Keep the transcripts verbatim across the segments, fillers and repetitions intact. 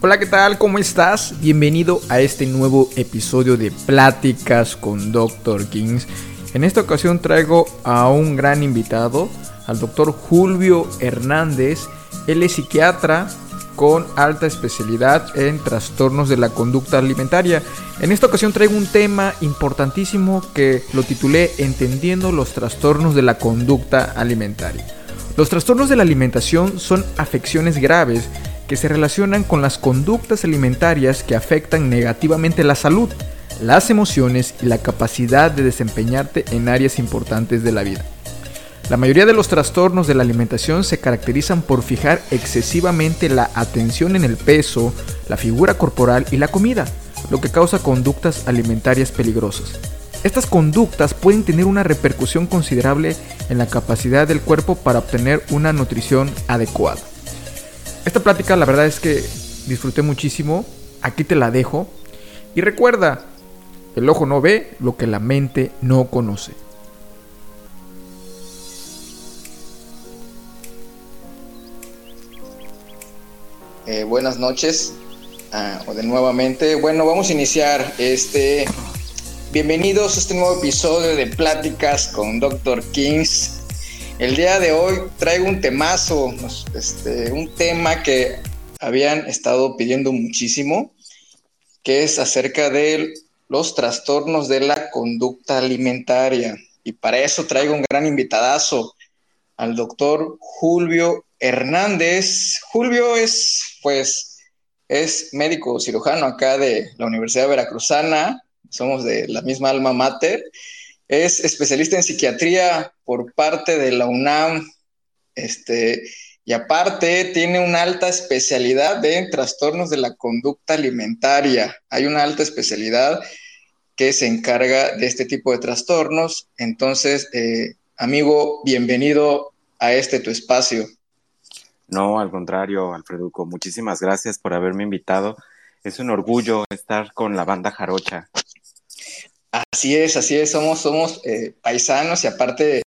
Hola, ¿qué tal? ¿Cómo estás? Bienvenido a este nuevo episodio de Pláticas con doctor Kings. En esta ocasión traigo a un gran invitado, al doctor Julio Hernández. Él es psiquiatra con alta especialidad en trastornos de la conducta alimentaria. En esta ocasión traigo un tema importantísimo que lo titulé Entendiendo los trastornos de la conducta alimentaria. Los trastornos de la alimentación son afecciones graves que se relacionan con las conductas alimentarias que afectan negativamente la salud, las emociones y la capacidad de desempeñarte en áreas importantes de la vida. La mayoría de los trastornos de la alimentación se caracterizan por fijar excesivamente la atención en el peso, la figura corporal y la comida, lo que causa conductas alimentarias peligrosas. Estas conductas pueden tener una repercusión considerable en la capacidad del cuerpo para obtener una nutrición adecuada. Esta plática la verdad es que disfruté muchísimo, aquí te la dejo. Y recuerda, el ojo no ve lo que la mente no conoce. Eh, buenas noches, uh, o de nuevamente. Bueno, vamos a iniciar este... Bienvenidos a este nuevo episodio de Pláticas con doctor Kings. El día de hoy traigo un temazo, este, un tema que habían estado pidiendo muchísimo, que es acerca de los trastornos de la conducta alimentaria. Y para eso traigo un gran invitadazo, al doctor Julio Hernández. Julio es, pues, es médico cirujano acá de la Universidad Veracruzana, somos de la misma alma mater. Es especialista en psiquiatría por parte de la UNAM, este, y aparte tiene una alta especialidad en trastornos de la conducta alimentaria. Hay una alta especialidad que se encarga de este tipo de trastornos. Entonces, eh, amigo, bienvenido a este tu espacio. No, al contrario, Alfreduco, muchísimas gracias por haberme invitado. Es un orgullo estar con la banda jarocha. Así es, así es, somos, somos eh, paisanos y aparte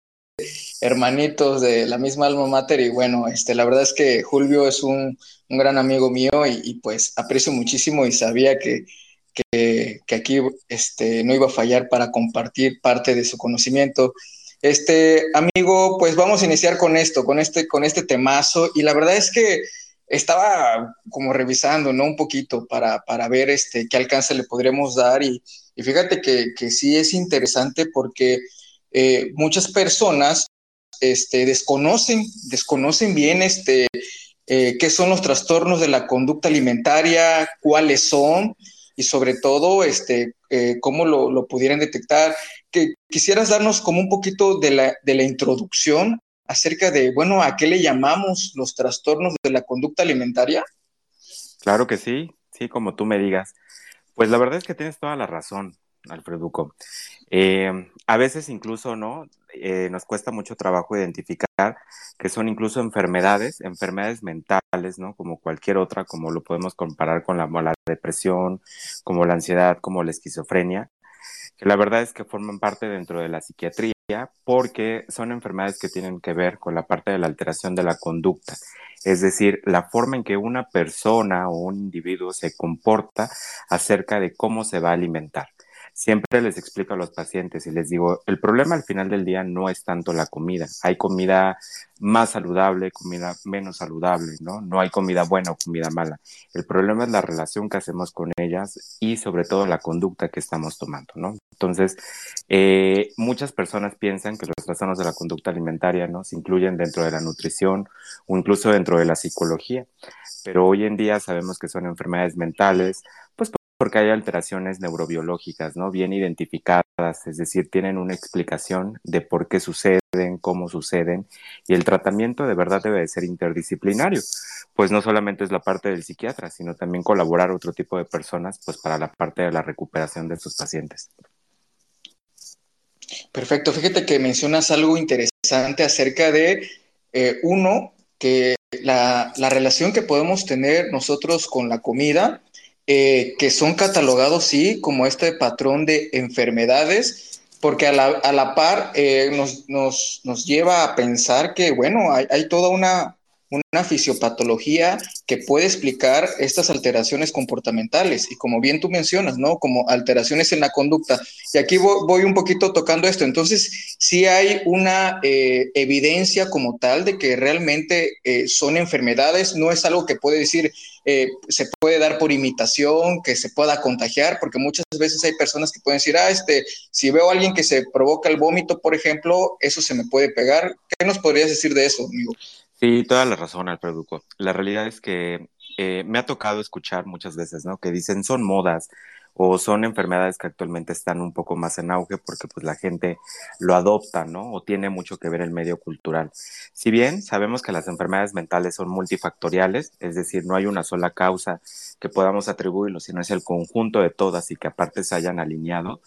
hermanitos de la misma alma mater. Y bueno, este, la verdad es que Julio es un, un gran amigo mío y, y pues aprecio muchísimo y sabía que, que, que aquí este, no iba a fallar para compartir parte de su conocimiento. Este, amigo, pues vamos a iniciar con esto, con este, con este temazo. Y la verdad es que estaba como revisando, ¿no? Un poquito para, para ver este, qué alcance le podremos dar. Y, y fíjate que, que sí es interesante porque eh, muchas personas este, desconocen, desconocen bien este, eh, qué son los trastornos de la conducta alimentaria, cuáles son y sobre todo este, eh, cómo lo, lo pudieran detectar. Que quisieras darnos como un poquito de la, de la introducción acerca de, bueno, ¿a qué le llamamos los trastornos de la conducta alimentaria? Claro que sí, sí, como tú me digas. Pues la verdad es que tienes toda la razón, Alfreduco. Eh, a veces incluso, ¿no? Eh, nos cuesta mucho trabajo identificar que son incluso enfermedades, enfermedades mentales, ¿no? Como cualquier otra, como lo podemos comparar con la, la depresión, como la ansiedad, como la esquizofrenia, que la verdad es que forman parte dentro de la psiquiatría porque son enfermedades que tienen que ver con la parte de la alteración de la conducta, es decir, la forma en que una persona o un individuo se comporta acerca de cómo se va a alimentar. Siempre les explico a los pacientes y les digo, el problema al final del día no es tanto la comida. Hay comida más saludable, comida menos saludable, ¿no? No hay comida buena o comida mala. El problema es la relación que hacemos con ellas y sobre todo la conducta que estamos tomando, ¿no? Entonces, eh, muchas personas piensan que los trastornos de la conducta alimentaria, ¿no? Se incluyen dentro de la nutrición o incluso dentro de la psicología. Pero hoy en día sabemos que son enfermedades mentales, pues porque hay alteraciones neurobiológicas, ¿no? Bien identificadas, es decir, tienen una explicación de por qué suceden, cómo suceden, y el tratamiento de verdad debe de ser interdisciplinario, pues no solamente es la parte del psiquiatra, sino también colaborar otro tipo de personas, pues para la parte de la recuperación de estos pacientes. Perfecto, fíjate que mencionas algo interesante acerca de, eh, uno, que la, la relación que podemos tener nosotros con la comida, eh, que son catalogados, sí, como este patrón de enfermedades, porque a la, a la par eh, nos, nos, nos lleva a pensar que, bueno, hay, hay toda una, una fisiopatología que puede explicar estas alteraciones comportamentales y como bien tú mencionas, ¿no? Como alteraciones en la conducta. Y aquí voy, voy un poquito tocando esto. Entonces, sí hay una eh, evidencia como tal de que realmente eh, son enfermedades, no es algo que puede decir, eh, se puede dar por imitación, que se pueda contagiar, porque muchas veces hay personas que pueden decir, ah, este, si veo a alguien que se provoca el vómito, por ejemplo, eso se me puede pegar. ¿Qué nos podrías decir de eso, amigo? Sí, toda la razón, Alfreduco. La realidad es que eh, me ha tocado escuchar muchas veces, ¿no? Que dicen son modas o son enfermedades que actualmente están un poco más en auge porque pues la gente lo adopta, ¿no? O tiene mucho que ver el medio cultural. Si bien sabemos que las enfermedades mentales son multifactoriales, es decir, no hay una sola causa que podamos atribuirlo, sino es el conjunto de todas y que aparte se hayan alineado,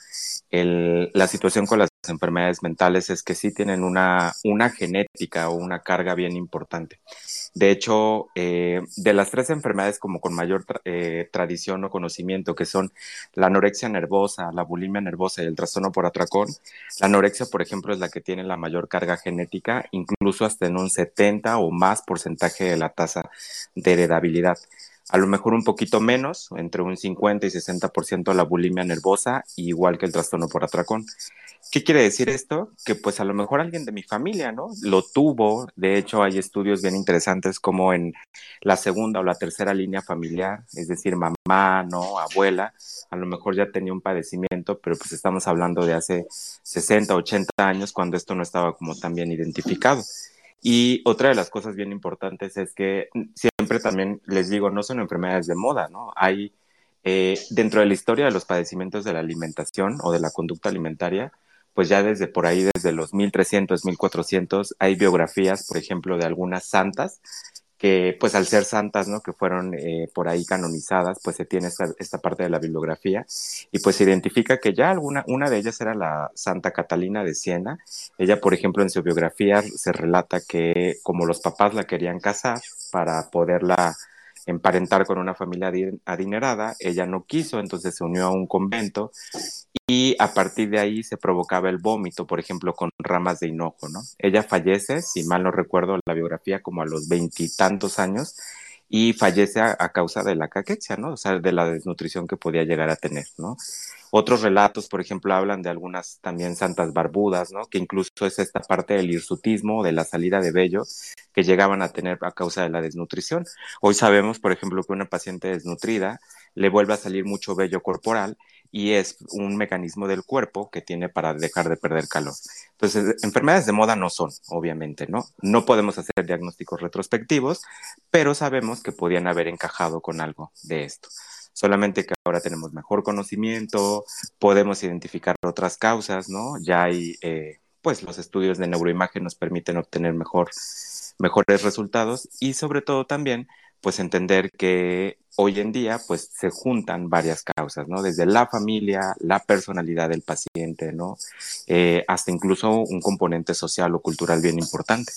el, la situación con las enfermedades mentales es que sí tienen una, una genética o una carga bien importante. De hecho, eh, de las tres enfermedades como con mayor tra eh, tradición o conocimiento, que son la anorexia nervosa, la bulimia nervosa y el trastorno por atracón, la anorexia, por ejemplo, es la que tiene la mayor carga genética, incluso hasta en un setenta o más porcentaje de la tasa de heredabilidad. A lo mejor un poquito menos, entre un cincuenta y sesenta por ciento la bulimia nervosa, igual que el trastorno por atracón. ¿Qué quiere decir esto? Que pues a lo mejor alguien de mi familia, ¿no? Lo tuvo. De hecho, hay estudios bien interesantes como en la segunda o la tercera línea familiar, es decir, mamá, ¿no? Abuela, a lo mejor ya tenía un padecimiento, pero pues estamos hablando de hace sesenta, ochenta años cuando esto no estaba como tan bien identificado. Y otra de las cosas bien importantes es que siempre también les digo, no son enfermedades de moda, ¿no? Hay eh, dentro de la historia de los padecimientos de la alimentación o de la conducta alimentaria, pues ya desde por ahí, desde los mil trescientos, mil cuatrocientos, hay biografías, por ejemplo, de algunas santas que pues al ser santas, ¿no? Que fueron eh, por ahí canonizadas, pues se tiene esta, esta parte de la bibliografía y pues se identifica que ya alguna, una de ellas era la Santa Catalina de Siena. Ella, por ejemplo, en su biografía se relata que como los papás la querían casar para poderla emparentar con una familia adinerada, ella no quiso, entonces se unió a un convento y a partir de ahí se provocaba el vómito, por ejemplo, con ramas de hinojo, ¿no? Ella fallece, si mal no recuerdo la biografía, como a los veintitantos años y fallece a, a causa de la caquexia, ¿no? O sea, de la desnutrición que podía llegar a tener, ¿no? Otros relatos, por ejemplo, hablan de algunas también santas barbudas, ¿no? Que incluso es esta parte del hirsutismo, de la salida de vello, que llegaban a tener a causa de la desnutrición. Hoy sabemos, por ejemplo, que una paciente desnutrida le vuelve a salir mucho vello corporal y es un mecanismo del cuerpo que tiene para dejar de perder calor. Entonces, enfermedades de moda no son, obviamente, ¿no? No podemos hacer diagnósticos retrospectivos, pero sabemos que podían haber encajado con algo de esto. Solamente que ahora tenemos mejor conocimiento, podemos identificar otras causas, ¿no? Ya hay, eh, pues los estudios de neuroimagen nos permiten obtener mejor, mejores resultados y sobre todo también, pues entender que hoy en día, pues se juntan varias causas, ¿no? Desde la familia, la personalidad del paciente, ¿no? Eh, hasta incluso un componente social o cultural bien importante.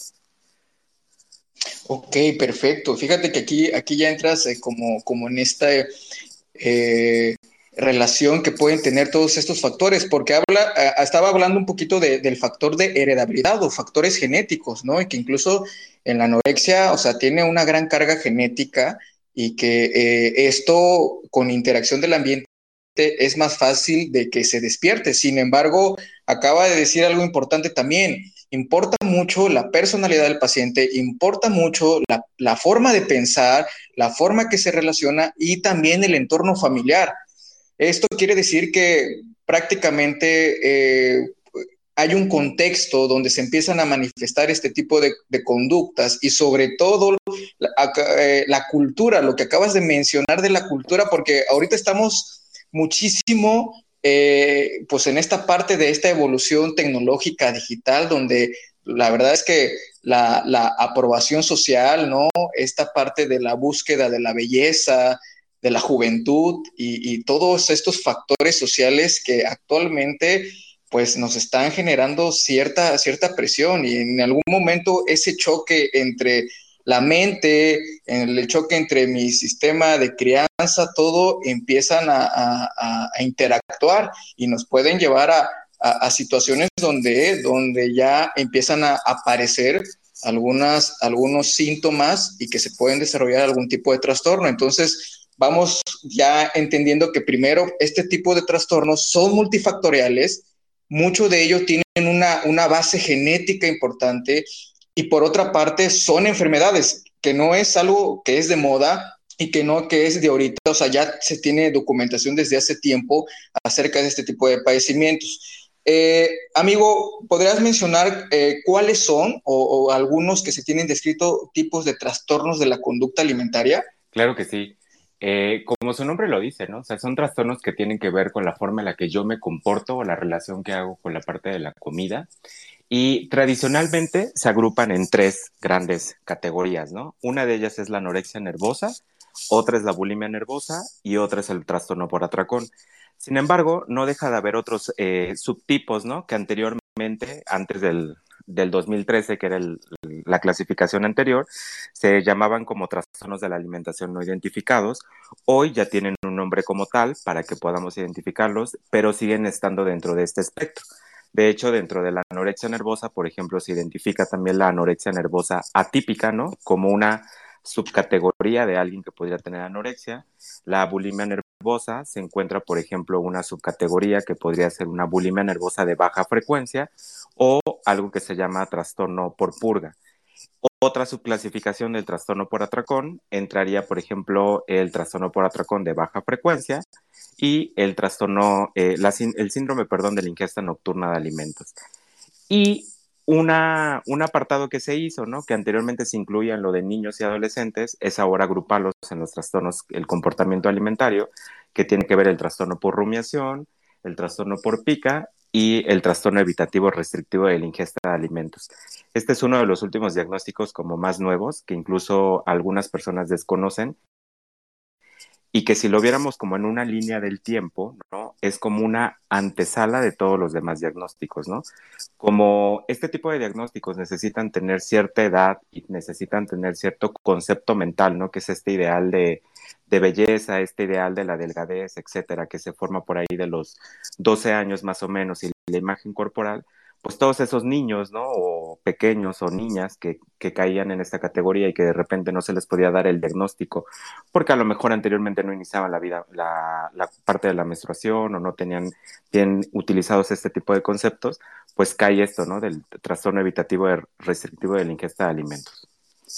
Ok, perfecto. Fíjate que aquí, aquí ya entras eh, como, como en esta eh, relación que pueden tener todos estos factores, porque habla, eh, estaba hablando un poquito de, del factor de heredabilidad o factores genéticos, ¿no? Y que incluso en la anorexia, o sea, tiene una gran carga genética y que eh, esto con interacción del ambiente es más fácil de que se despierte. Sin embargo, acaba de decir algo importante también. Importa mucho la personalidad del paciente, importa mucho la, la forma de pensar, la forma que se relaciona y también el entorno familiar. Esto quiere decir que prácticamente eh, hay un contexto donde se empiezan a manifestar este tipo de, de conductas y sobre todo la, eh, la cultura, lo que acabas de mencionar de la cultura, porque ahorita estamos muchísimo eh, pues en esta parte de esta evolución tecnológica digital donde la verdad es que la, la aprobación social, ¿no? Esta parte de la búsqueda de la belleza, de la juventud y, y todos estos factores sociales que actualmente pues nos están generando cierta, cierta presión y en algún momento ese choque entre la mente, el choque entre mi sistema de crianza, todo empiezan a, a, a interactuar y nos pueden llevar a, a, a situaciones donde, donde ya empiezan a aparecer algunas, algunos síntomas y que se pueden desarrollar algún tipo de trastorno. Entonces, vamos ya entendiendo que primero, este tipo de trastornos son multifactoriales, muchos de ellos tienen una, una base genética importante y por otra parte son enfermedades, que no es algo que es de moda y que no que es de ahorita, o sea, ya se tiene documentación desde hace tiempo acerca de este tipo de padecimientos. Eh, amigo, ¿podrías mencionar eh, cuáles son o, o algunos que se tienen descrito tipos de trastornos de la conducta alimentaria? Claro que sí. Eh, como su nombre lo dice, ¿no? O sea, son trastornos que tienen que ver con la forma en la que yo me comporto o la relación que hago con la parte de la comida. Y tradicionalmente se agrupan en tres grandes categorías, ¿no? Una de ellas es la anorexia nervosa, otra es la bulimia nervosa y otra es el trastorno por atracón. Sin embargo, no deja de haber otros eh, subtipos, ¿no? Que anteriormente, antes del, del dos mil trece, que era el, la clasificación anterior, se llamaban como trastornos de la alimentación no identificados. Hoy ya tienen un nombre como tal para que podamos identificarlos, pero siguen estando dentro de este espectro. De hecho, dentro de la anorexia nervosa, por ejemplo, se identifica también la anorexia nervosa atípica, ¿no? Como una subcategoría de alguien que podría tener anorexia. La bulimia nervosa se encuentra, por ejemplo, una subcategoría que podría ser una bulimia nervosa de baja frecuencia o algo que se llama trastorno por purga. Otra subclasificación del trastorno por atracón entraría, por ejemplo, el trastorno por atracón de baja frecuencia y el trastorno, eh, la, el síndrome, perdón, de la ingesta nocturna de alimentos. Y una, un apartado que se hizo, ¿no? Que anteriormente se incluía en lo de niños y adolescentes, es ahora agruparlos en los trastornos, el comportamiento alimentario, que tiene que ver el trastorno por rumiación, el trastorno por pica y el trastorno evitativo restrictivo de la ingesta de alimentos. Este es uno de los últimos diagnósticos como más nuevos, que incluso algunas personas desconocen, y que si lo viéramos como en una línea del tiempo, ¿no? Es como una antesala de todos los demás diagnósticos, ¿no? Como este tipo de diagnósticos necesitan tener cierta edad y necesitan tener cierto concepto mental, ¿no? Que es este ideal de, de belleza, este ideal de la delgadez, etcétera, que se forma por ahí de los doce años más o menos, y la imagen corporal, pues todos esos niños, ¿no? O pequeños o niñas que, que caían en esta categoría y que de repente no se les podía dar el diagnóstico porque a lo mejor anteriormente no iniciaban la vida, la, la parte de la menstruación o no tenían bien utilizados este tipo de conceptos, pues cae esto, ¿no? Del trastorno evitativo restrictivo de la ingesta de alimentos.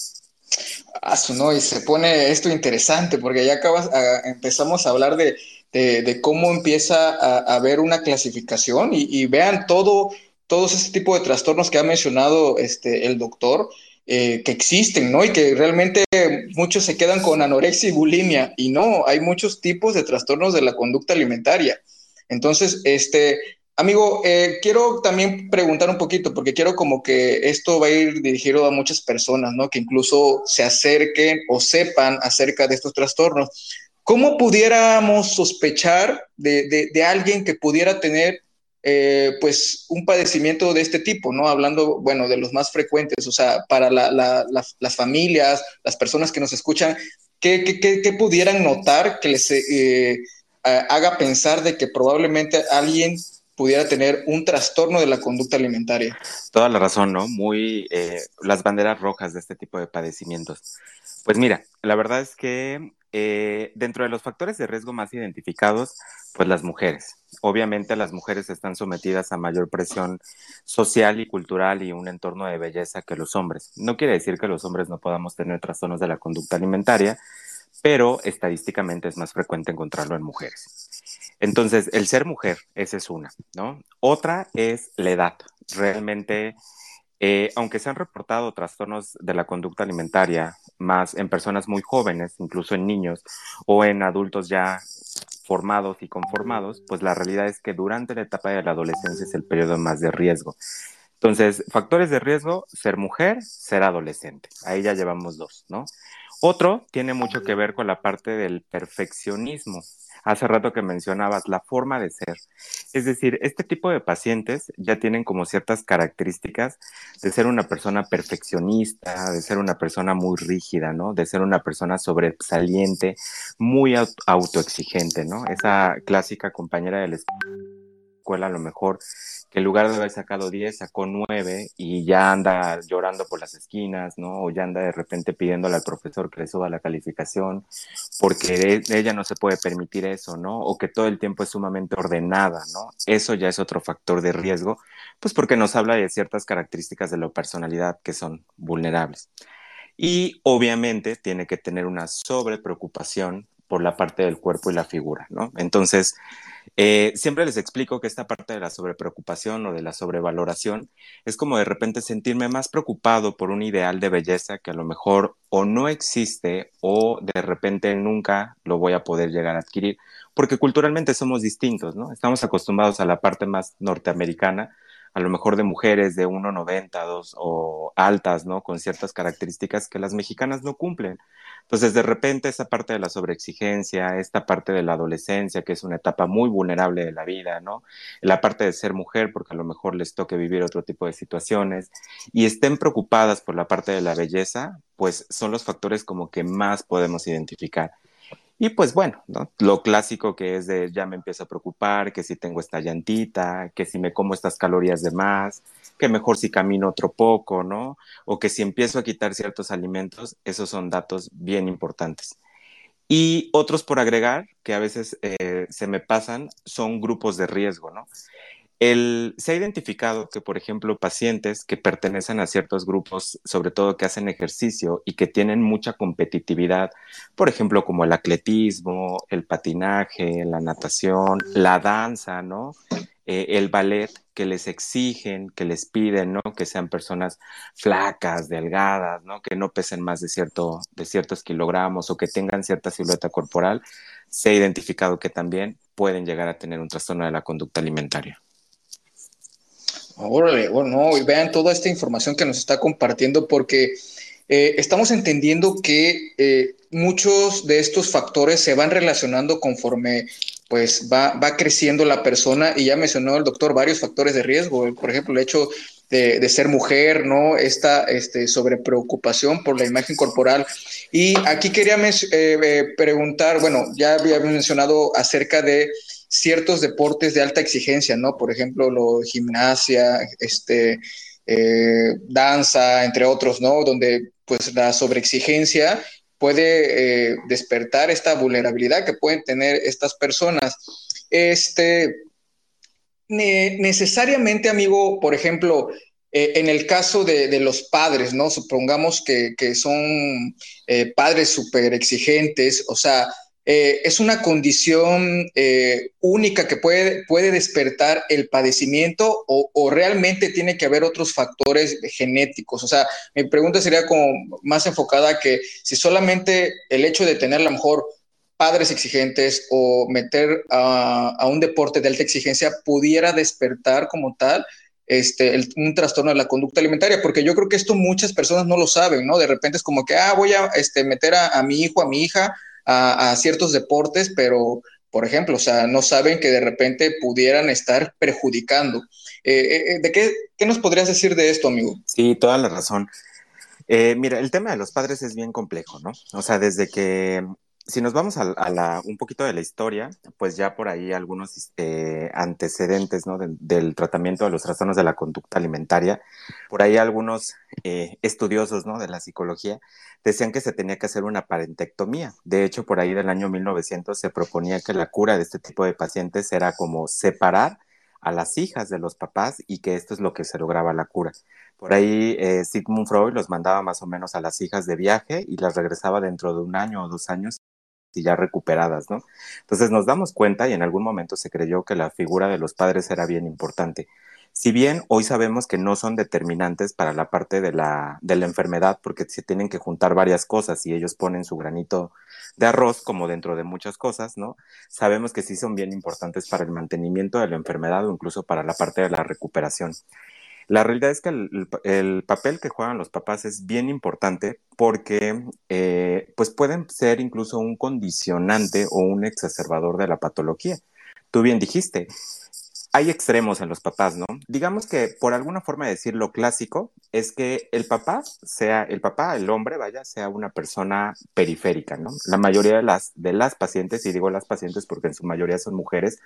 Ah, no, y se pone esto interesante porque ya acabas, a, empezamos a hablar de, de, de cómo empieza a, a haber una clasificación y, y vean todo, todos este tipo de trastornos que ha mencionado este, el doctor, eh, que existen, ¿no? Y que realmente muchos se quedan con anorexia y bulimia y no, hay muchos tipos de trastornos de la conducta alimentaria. Entonces, este, amigo, eh, quiero también preguntar un poquito, porque quiero como que esto va a ir dirigido a muchas personas, ¿no? Que incluso se acerquen o sepan acerca de estos trastornos. ¿Cómo pudiéramos sospechar de, de, de alguien que pudiera tener, eh, pues, un padecimiento de este tipo, ¿no? Hablando, bueno, de los más frecuentes, o sea, para la, la, la, las familias, las personas que nos escuchan, ¿qué, qué, qué, qué pudieran notar que les eh, haga pensar de que probablemente alguien pudiera tener un trastorno de la conducta alimentaria? Toda la razón, ¿no? Muy eh, las banderas rojas de este tipo de padecimientos. Pues mira, la verdad es que eh, dentro de los factores de riesgo más identificados, pues las mujeres. Obviamente las mujeres están sometidas a mayor presión social y cultural y un entorno de belleza que los hombres. No quiere decir que los hombres no podamos tener trastornos de la conducta alimentaria, pero estadísticamente es más frecuente encontrarlo en mujeres. Entonces, el ser mujer, esa es una, ¿no? Otra es la edad. Realmente, eh, aunque se han reportado trastornos de la conducta alimentaria más en personas muy jóvenes, incluso en niños o en adultos ya formados y conformados, pues la realidad es que durante la etapa de la adolescencia es el periodo más de riesgo. Entonces, factores de riesgo, ser mujer, ser adolescente. Ahí ya llevamos dos, ¿no? Otro tiene mucho que ver con la parte del perfeccionismo. Hace rato que mencionabas la forma de ser. Es decir, este tipo de pacientes ya tienen como ciertas características de ser una persona perfeccionista, de ser una persona muy rígida, ¿no? De ser una persona sobresaliente, muy autoexigente, ¿no? Esa clásica compañera de la escuela a lo mejor, que en lugar de haber sacado diez, sacó nueve y ya anda llorando por las esquinas, ¿no? O ya anda de repente pidiéndole al profesor que le suba la calificación porque ella no se puede permitir eso, ¿no? O que todo el tiempo es sumamente ordenada, ¿no? Eso ya es otro factor de riesgo, pues porque nos habla de ciertas características de la personalidad que son vulnerables. Y obviamente tiene que tener una sobrepreocupación por la parte del cuerpo y la figura, ¿no? Entonces, eh, siempre les explico que esta parte de la sobrepreocupación o de la sobrevaloración es como de repente sentirme más preocupado por un ideal de belleza que a lo mejor o no existe o de repente nunca lo voy a poder llegar a adquirir, porque culturalmente somos distintos, ¿no? Estamos acostumbrados a la parte más norteamericana, a lo mejor de mujeres de uno noventa, dos o altas, ¿no? Con ciertas características que las mexicanas no cumplen. Entonces, de repente, esa parte de la sobreexigencia, esta parte de la adolescencia, que es una etapa muy vulnerable de la vida, ¿no? La parte de ser mujer, porque a lo mejor les toque vivir otro tipo de situaciones, y estén preocupadas por la parte de la belleza, pues son los factores como que más podemos identificar. Y pues bueno, ¿no? Lo clásico que es de ya me empiezo a preocupar, que si tengo esta llantita, que si me como estas calorías de más, que mejor si camino otro poco, ¿no? O que si empiezo a quitar ciertos alimentos, esos son datos bien importantes. Y otros por agregar, que a veces eh, se me pasan, son grupos de riesgo, ¿no? El, se ha identificado que, por ejemplo, pacientes que pertenecen a ciertos grupos, sobre todo que hacen ejercicio y que tienen mucha competitividad, por ejemplo, como el atletismo, el patinaje, la natación, la danza, ¿no? Eh, el ballet, que les exigen, que les piden, ¿no? Que sean personas flacas, delgadas, ¿no? Que no pesen más de, cierto, de ciertos kilogramos o que tengan cierta silueta corporal, se ha identificado que también pueden llegar a tener un trastorno de la conducta alimentaria. Órale, bueno, no, y vean toda esta información que nos está compartiendo porque eh, estamos entendiendo que eh, muchos de estos factores se van relacionando conforme pues va, va creciendo la persona y ya mencionó el doctor varios factores de riesgo, por ejemplo, el hecho de, de ser mujer, ¿no? Esta este, sobrepreocupación por la imagen corporal. Y aquí quería eh, eh, preguntar, bueno, ya había mencionado acerca de ciertos deportes de alta exigencia, ¿no? Por ejemplo, lo, gimnasia, este, eh, danza, entre otros, ¿no? Donde pues la sobreexigencia puede eh, despertar esta vulnerabilidad que pueden tener estas personas. Este, ne necesariamente, amigo, por ejemplo, eh, en el caso de, de, los padres, ¿no? Supongamos que, que son eh, padres súper exigentes, o sea, eh, es una condición eh, única que puede, puede despertar el padecimiento o, o realmente tiene que haber otros factores genéticos. O sea, mi pregunta sería como más enfocada a que si solamente el hecho de tener a lo mejor padres exigentes o meter a, a un deporte de alta exigencia pudiera despertar como tal este, el, un trastorno de la conducta alimentaria, porque yo creo que esto muchas personas no lo saben, ¿no? De repente es como que, ah, voy a este, meter a, a mi hijo, a mi hija a, a ciertos deportes, pero, por ejemplo, o sea, no saben que de repente pudieran estar perjudicando. Eh, eh, ¿de qué, qué nos podrías decir de esto, amigo? Sí, toda la razón. Eh, mira, el tema de los padres es bien complejo, ¿no? O sea, desde que, si nos vamos a, a la, un poquito de la historia, pues ya por ahí algunos eh, antecedentes, ¿no? De, del tratamiento de los trastornos de la conducta alimentaria, por ahí algunos eh, estudiosos, ¿no? De la psicología decían que se tenía que hacer una parentectomía. De hecho, por ahí del año mil novecientos se proponía que la cura de este tipo de pacientes era como separar a las hijas de los papás y que esto es lo que se lograba la cura. Por ahí eh, Sigmund Freud los mandaba más o menos a las hijas de viaje y las regresaba dentro de un año o dos años y ya recuperadas, ¿no? Entonces nos damos cuenta y en algún momento se creyó que la figura de los padres era bien importante. Si bien hoy sabemos que no son determinantes para la parte de la, de la enfermedad porque se tienen que juntar varias cosas y ellos ponen su granito de arroz como dentro de muchas cosas, ¿no? Sabemos que sí son bien importantes para el mantenimiento de la enfermedad o incluso para la parte de la recuperación. La realidad es que el, el, papel que juegan los papás es bien importante porque eh, pues pueden ser incluso un condicionante o un exacerbador de la patología. Tú bien dijiste, hay extremos en los papás, ¿no? Digamos que por alguna forma de decir lo clásico es que el papá sea, el papá, el hombre, vaya, sea una persona periférica, ¿no? La mayoría de las, de las pacientes, y digo las pacientes porque en su mayoría son mujeres,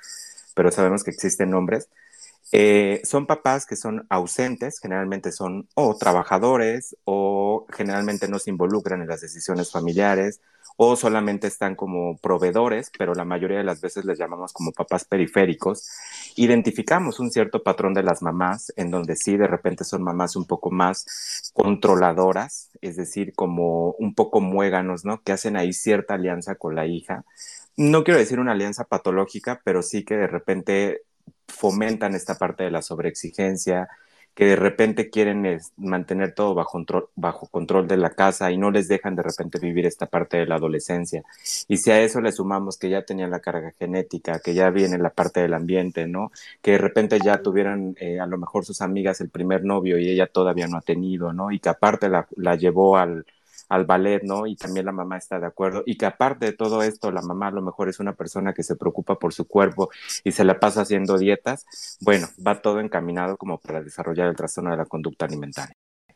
pero sabemos que existen nombres. Eh, son papás que son ausentes, generalmente son o trabajadores o generalmente no se involucran en las decisiones familiares o solamente están como proveedores, pero la mayoría de las veces les llamamos como papás periféricos. Identificamos un cierto patrón de las mamás en donde sí de repente son mamás un poco más controladoras, es decir, como un poco muéganos, ¿no? Que hacen ahí cierta alianza con la hija. No quiero decir una alianza patológica, pero sí que de repente fomentan esta parte de la sobreexigencia, que de repente quieren es, mantener todo bajo control, bajo control de la casa y no les dejan de repente vivir esta parte de la adolescencia. Y si a eso le sumamos que ya tenían la carga genética, que ya viene la parte del ambiente, ¿no? Que de repente ya tuvieran eh, a lo mejor sus amigas el primer novio y ella todavía no ha tenido, ¿no? Y que aparte la, la llevó al, al ballet, ¿no? Y también la mamá está de acuerdo. Y que aparte de todo esto, la mamá a lo mejor es una persona que se preocupa por su cuerpo y se la pasa haciendo dietas. Bueno, va todo encaminado como para desarrollar el trastorno de la conducta alimentaria.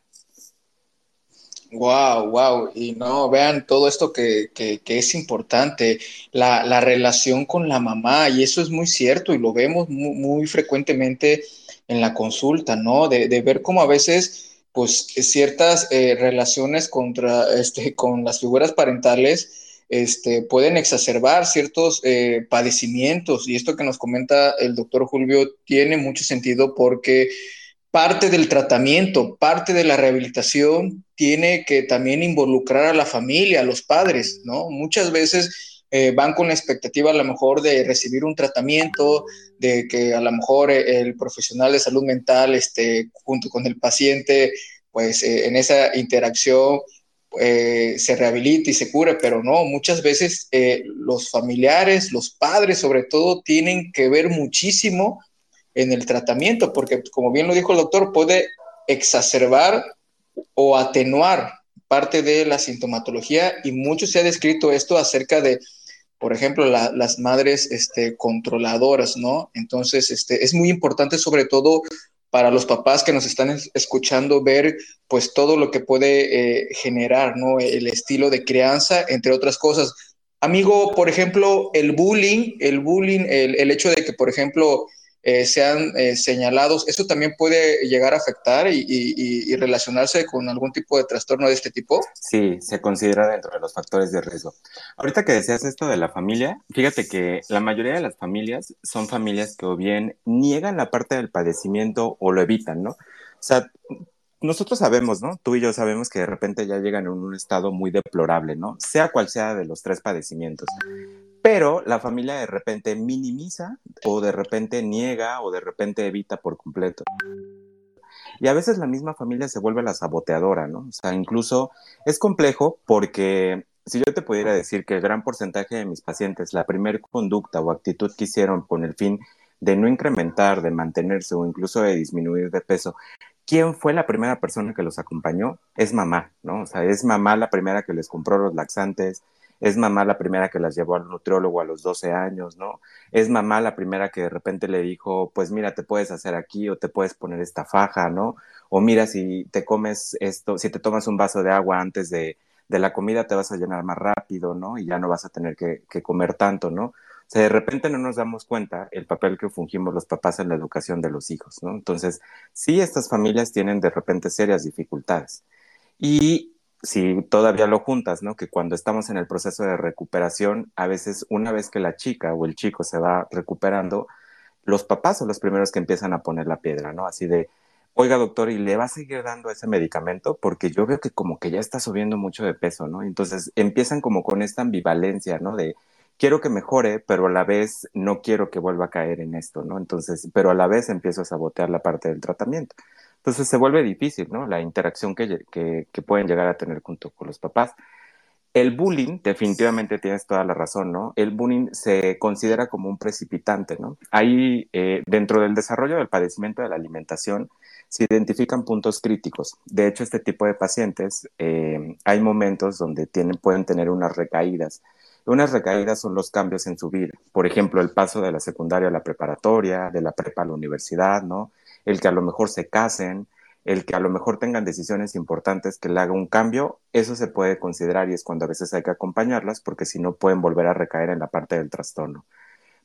Wow, wow. Y no, vean todo esto que, que, que es importante, la, la relación con la mamá, y eso es muy cierto y lo vemos muy, muy frecuentemente en la consulta, ¿no? De, de ver cómo a veces, pues, ciertas eh, relaciones contra, este, con las figuras parentales este, pueden exacerbar ciertos eh, padecimientos. Y esto que nos comenta el doctor Julio tiene mucho sentido porque parte del tratamiento, parte de la rehabilitación tiene que también involucrar a la familia, a los padres, ¿no? Muchas veces eh, van con la expectativa a lo mejor de recibir un tratamiento, de que a lo mejor eh, el profesional de salud mental este, junto con el paciente, pues eh, en esa interacción eh, se rehabilite y se cure, pero no, muchas veces eh, los familiares, los padres sobre todo, tienen que ver muchísimo en el tratamiento, porque como bien lo dijo el doctor, puede exacerbar o atenuar parte de la sintomatología y mucho se ha descrito esto acerca de, por ejemplo, la, las madres este, controladoras, ¿no? Entonces, este, es muy importante sobre todo para los papás que nos están escuchando ver pues todo lo que puede eh, generar, ¿no? El estilo de crianza, entre otras cosas. Amigo, por ejemplo, el bullying, el bullying, el, el hecho de que, por ejemplo, eh, sean eh, señalados, ¿eso también puede llegar a afectar y, y, y relacionarse con algún tipo de trastorno de este tipo? Sí, se considera dentro de los factores de riesgo. Ahorita que decías esto de la familia, fíjate que la mayoría de las familias son familias que o bien niegan la parte del padecimiento o lo evitan, ¿no? O sea, nosotros sabemos, ¿no? Tú y yo sabemos que de repente ya llegan en un estado muy deplorable, ¿no? Sea cual sea de los tres padecimientos. Pero la familia de repente minimiza o de repente niega o de repente evita por completo. Y a veces la misma familia se vuelve la saboteadora, ¿no? O sea, incluso es complejo porque si yo te pudiera decir que el gran porcentaje de mis pacientes, la primer conducta o actitud que hicieron con el fin de no incrementar, de mantenerse o incluso de disminuir de peso, ¿quién fue la primera persona que los acompañó? Es mamá, ¿no? O sea, es mamá la primera que les compró los laxantes, es mamá la primera que las llevó al nutriólogo a los doce años, ¿no? Es mamá la primera que de repente le dijo, pues mira, te puedes hacer aquí o te puedes poner esta faja, ¿no? O mira, si te comes esto, si te tomas un vaso de agua antes de, de la comida, te vas a llenar más rápido, ¿no? Y ya no vas a tener que, que comer tanto, ¿no? O sea, de repente no nos damos cuenta el papel que fungimos los papás en la educación de los hijos, ¿no? Entonces, sí, estas familias tienen de repente serias dificultades. Y si todavía lo juntas, ¿no? Que cuando estamos en el proceso de recuperación, a veces una vez que la chica o el chico se va recuperando, los papás son los primeros que empiezan a poner la piedra, ¿no? Así de, oiga, doctor, ¿y le va a seguir dando ese medicamento? Porque yo veo que como que ya está subiendo mucho de peso, ¿no? Entonces empiezan como con esta ambivalencia, ¿no? De, quiero que mejore, pero a la vez no quiero que vuelva a caer en esto, ¿no? Entonces, pero a la vez empiezo a sabotear la parte del tratamiento. Entonces se vuelve difícil, ¿no? La interacción que, que, que pueden llegar a tener junto con los papás. El bullying, definitivamente tienes toda la razón, ¿no? El bullying se considera como un precipitante, ¿no? Ahí, eh, dentro del desarrollo del padecimiento de la alimentación, se identifican puntos críticos. De hecho, este tipo de pacientes, eh, hay momentos donde tienen, pueden tener unas recaídas. Unas recaídas son los cambios en su vida. Por ejemplo, el paso de la secundaria a la preparatoria, de la prepa a la universidad, ¿no? El que a lo mejor se casen, el que a lo mejor tengan decisiones importantes que le haga un cambio, eso se puede considerar y es cuando a veces hay que acompañarlas porque si no pueden volver a recaer en la parte del trastorno.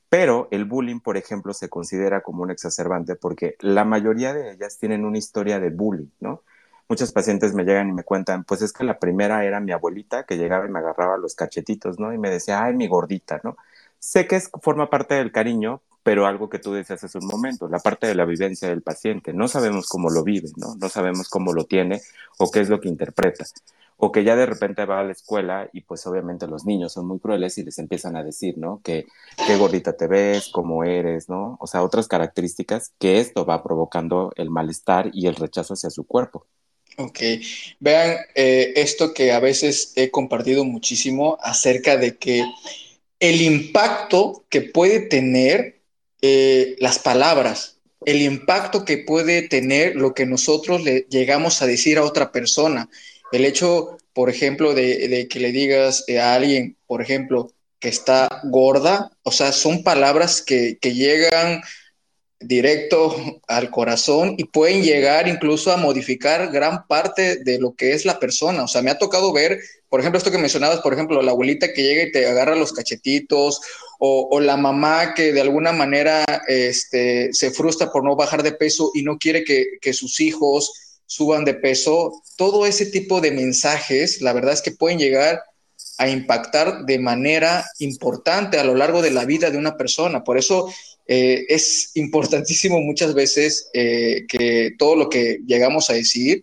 Pero el bullying, por ejemplo, se considera como un exacerbante porque la mayoría de ellas tienen una historia de bullying, ¿no? Muchos pacientes me llegan y me cuentan, pues es que la primera era mi abuelita que llegaba y me agarraba los cachetitos, ¿no? Y me decía, ay, mi gordita, ¿no? Sé que es, forma parte del cariño, pero algo que tú decías hace un momento, la parte de la vivencia del paciente. No sabemos cómo lo vive, ¿no? No sabemos cómo lo tiene o qué es lo que interpreta. O que ya de repente va a la escuela y pues obviamente los niños son muy crueles y les empiezan a decir, ¿no? Que qué gordita te ves, cómo eres, ¿no? O sea, otras características que esto va provocando el malestar y el rechazo hacia su cuerpo. Ok, vean eh, esto que a veces he compartido muchísimo acerca de que el impacto que puede tener eh, las palabras, el impacto que puede tener lo que nosotros le llegamos a decir a otra persona. El hecho, por ejemplo, de, de que le digas eh, a alguien, por ejemplo, que está gorda, o sea, son palabras que, que llegan directo al corazón y pueden llegar incluso a modificar gran parte de lo que es la persona. O sea, me ha tocado ver, por ejemplo, esto que mencionabas, por ejemplo, la abuelita que llega y te agarra los cachetitos, o, o la mamá que de alguna manera este, se frustra por no bajar de peso y no quiere que, que sus hijos suban de peso. Todo ese tipo de mensajes, la verdad es que pueden llegar a impactar de manera importante a lo largo de la vida de una persona. Por eso eh, es importantísimo muchas veces eh, que todo lo que llegamos a decir,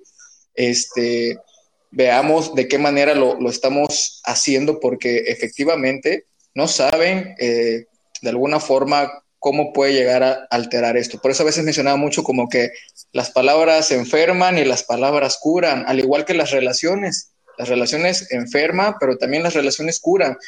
este, veamos de qué manera lo, lo estamos haciendo, porque efectivamente no saben eh, de alguna forma cómo puede llegar a alterar esto. Por eso a veces mencionaba mucho como que las palabras enferman y las palabras curan, al igual que las relaciones. Las relaciones enferman, pero también las relaciones curan.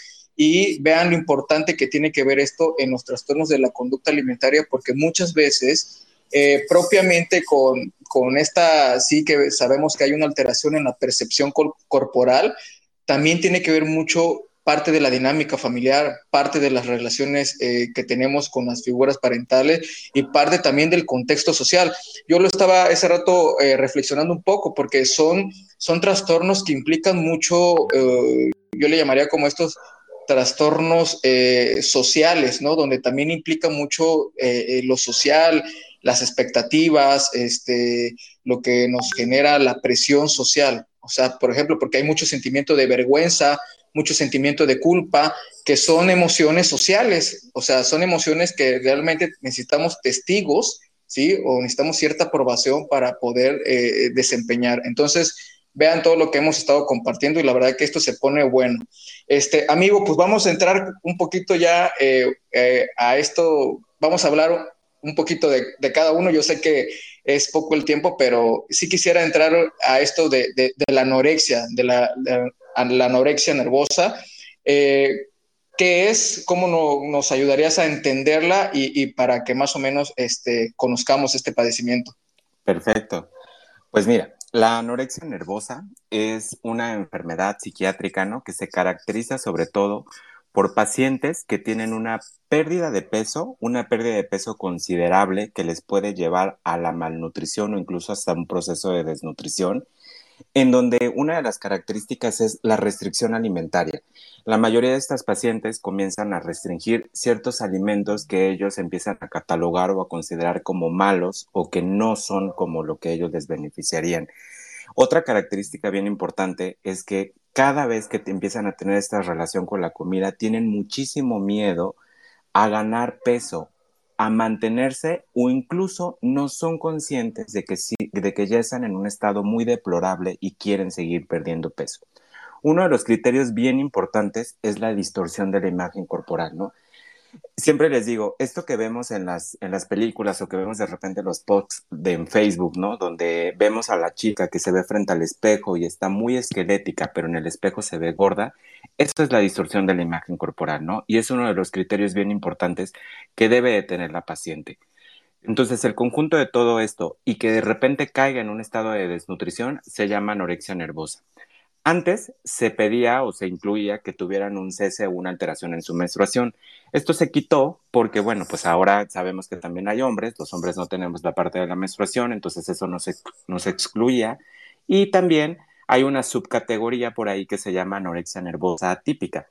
Y vean lo importante que tiene que ver esto en los trastornos de la conducta alimentaria, porque muchas veces, eh, propiamente con, con esta, sí que sabemos que hay una alteración en la percepción cor- corporal, también tiene que ver mucho parte de la dinámica familiar, parte de las relaciones eh, que tenemos con las figuras parentales y parte también del contexto social. Yo lo estaba ese rato eh, reflexionando un poco porque son, son trastornos que implican mucho, eh, yo le llamaría como estos trastornos eh, sociales, ¿no? Donde también implica mucho eh, lo social, las expectativas, este, lo que nos genera la presión social. O sea, por ejemplo, porque hay mucho sentimiento de vergüenza, mucho sentimiento de culpa, que son emociones sociales, o sea, son emociones que realmente necesitamos testigos, ¿sí? O necesitamos cierta aprobación para poder eh, desempeñar. Entonces, vean todo lo que hemos estado compartiendo y la verdad que esto se pone bueno. Este, amigo, pues vamos a entrar un poquito ya eh, eh, a esto, vamos a hablar un poquito de, de, cada uno. Yo sé que es poco el tiempo, pero sí quisiera entrar a esto de, de, de la anorexia, de la, de la anorexia nervosa. Eh, ¿Qué es? ¿Cómo no, nos ayudarías a entenderla y, y para que más o menos este, conozcamos este padecimiento? Perfecto. Pues mira, la anorexia nervosa es una enfermedad psiquiátrica, ¿no? Que se caracteriza sobre todo por pacientes que tienen una pérdida de peso, una pérdida de peso considerable que les puede llevar a la malnutrición o incluso hasta un proceso de desnutrición, en donde una de las características es la restricción alimentaria. La mayoría de estas pacientes comienzan a restringir ciertos alimentos que ellos empiezan a catalogar o a considerar como malos o que no son como lo que ellos les beneficiarían. Otra característica bien importante es que cada vez que te empiezan a tener esta relación con la comida, tienen muchísimo miedo a ganar peso, a mantenerse o incluso no son conscientes de que, sí, de que ya están en un estado muy deplorable y quieren seguir perdiendo peso. Uno de los criterios bien importantes es la distorsión de la imagen corporal, ¿no? Siempre les digo, esto que vemos en las, en las películas o que vemos de repente los posts de en Facebook, ¿no? Donde vemos a la chica que se ve frente al espejo y está muy esquelética, pero en el espejo se ve gorda. Esto es la distorsión de la imagen corporal, ¿no? Y es uno de los criterios bien importantes que debe de tener la paciente. Entonces, el conjunto de todo esto y que de repente caiga en un estado de desnutrición se llama anorexia nervosa. Antes se pedía o se incluía que tuvieran un cese o una alteración en su menstruación. Esto se quitó porque, bueno, pues ahora sabemos que también hay hombres, los hombres no tenemos la parte de la menstruación, entonces eso no se, no se excluía. Y también hay una subcategoría por ahí que se llama anorexia nervosa atípica.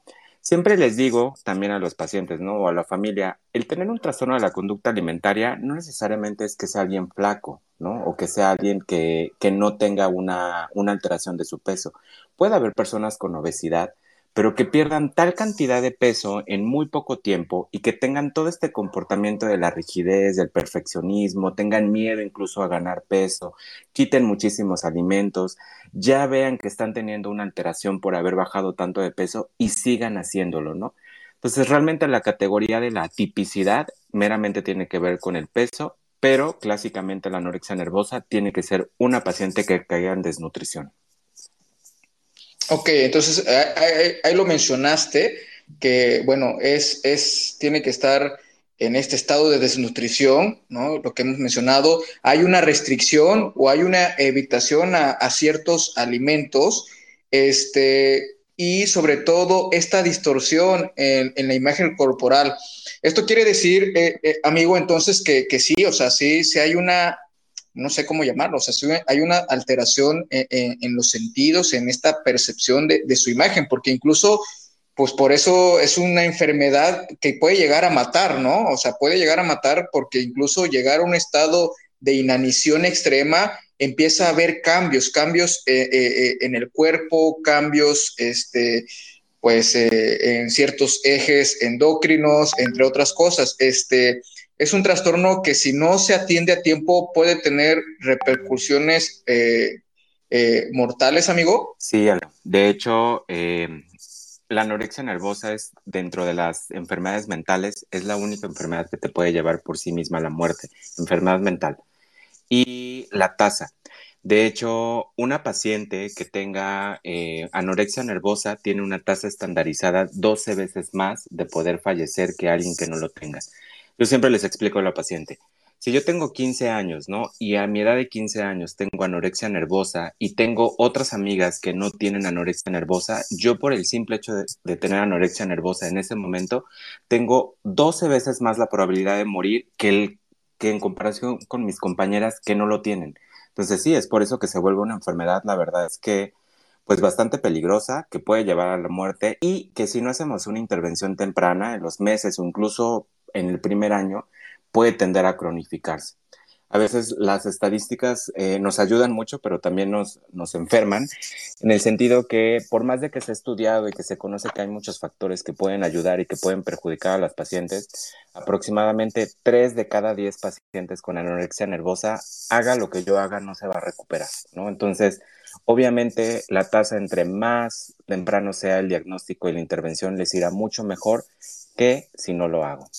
Siempre les digo también a los pacientes, ¿no? O a la familia, el tener un trastorno de la conducta alimentaria no necesariamente es que sea alguien flaco, ¿no? O que sea alguien que, que no tenga una, una alteración de su peso. Puede haber personas con obesidad, pero que pierdan tal cantidad de peso en muy poco tiempo y que tengan todo este comportamiento de la rigidez, del perfeccionismo, tengan miedo incluso a ganar peso, quiten muchísimos alimentos, ya vean que están teniendo una alteración por haber bajado tanto de peso y sigan haciéndolo, ¿no? Entonces, realmente la categoría de la atipicidad meramente tiene que ver con el peso, pero clásicamente la anorexia nervosa tiene que ser una paciente que caiga en desnutrición. Ok, entonces ahí, ahí lo mencionaste, que bueno, es, es, tiene que estar en este estado de desnutrición, ¿no? Lo que hemos mencionado, hay una restricción o hay una evitación a, a ciertos alimentos, este, y sobre todo esta distorsión en, en la imagen corporal. Esto quiere decir, eh, eh, amigo, entonces que, que sí, o sea, sí, sí hay una no sé cómo llamarlo, o sea, si hay una alteración en, en, en los sentidos, en esta percepción de, de, su imagen, porque incluso, pues por eso es una enfermedad que puede llegar a matar, ¿no? O sea, puede llegar a matar porque incluso llegar a un estado de inanición extrema, empieza a haber cambios, cambios eh, eh, en el cuerpo, cambios, este, pues eh, en ciertos ejes endocrinos, entre otras cosas. Este, es un trastorno que si no se atiende a tiempo puede tener repercusiones eh, eh, mortales, amigo. Sí, de hecho, eh, la anorexia nervosa es dentro de las enfermedades mentales, es la única enfermedad que te puede llevar por sí misma a la muerte, enfermedad mental. Y la tasa. De hecho, una paciente que tenga eh, anorexia nervosa tiene una tasa estandarizada doce veces más de poder fallecer que alguien que no lo tenga. Yo siempre les explico a la paciente, si yo tengo quince años, ¿no? Y a mi edad de quince años tengo anorexia nervosa y tengo otras amigas que no tienen anorexia nervosa, yo por el simple hecho de, de tener anorexia nervosa en ese momento, tengo doce veces más la probabilidad de morir que el que en comparación con mis compañeras que no lo tienen. Entonces sí, es por eso que se vuelve una enfermedad, la verdad es que pues bastante peligrosa, que puede llevar a la muerte y que si no hacemos una intervención temprana en los meses o incluso en el primer año, puede tender a cronificarse. A veces las estadísticas eh, nos ayudan mucho, pero también nos, nos enferman, en el sentido que por más de que se ha estudiado y que se conoce que hay muchos factores que pueden ayudar y que pueden perjudicar a las pacientes, aproximadamente tres de cada diez pacientes con anorexia nervosa, haga lo que yo haga, no se va a recuperar, ¿no? Entonces, obviamente, la tasa entre más temprano sea el diagnóstico y la intervención les irá mucho mejor que si no lo hago.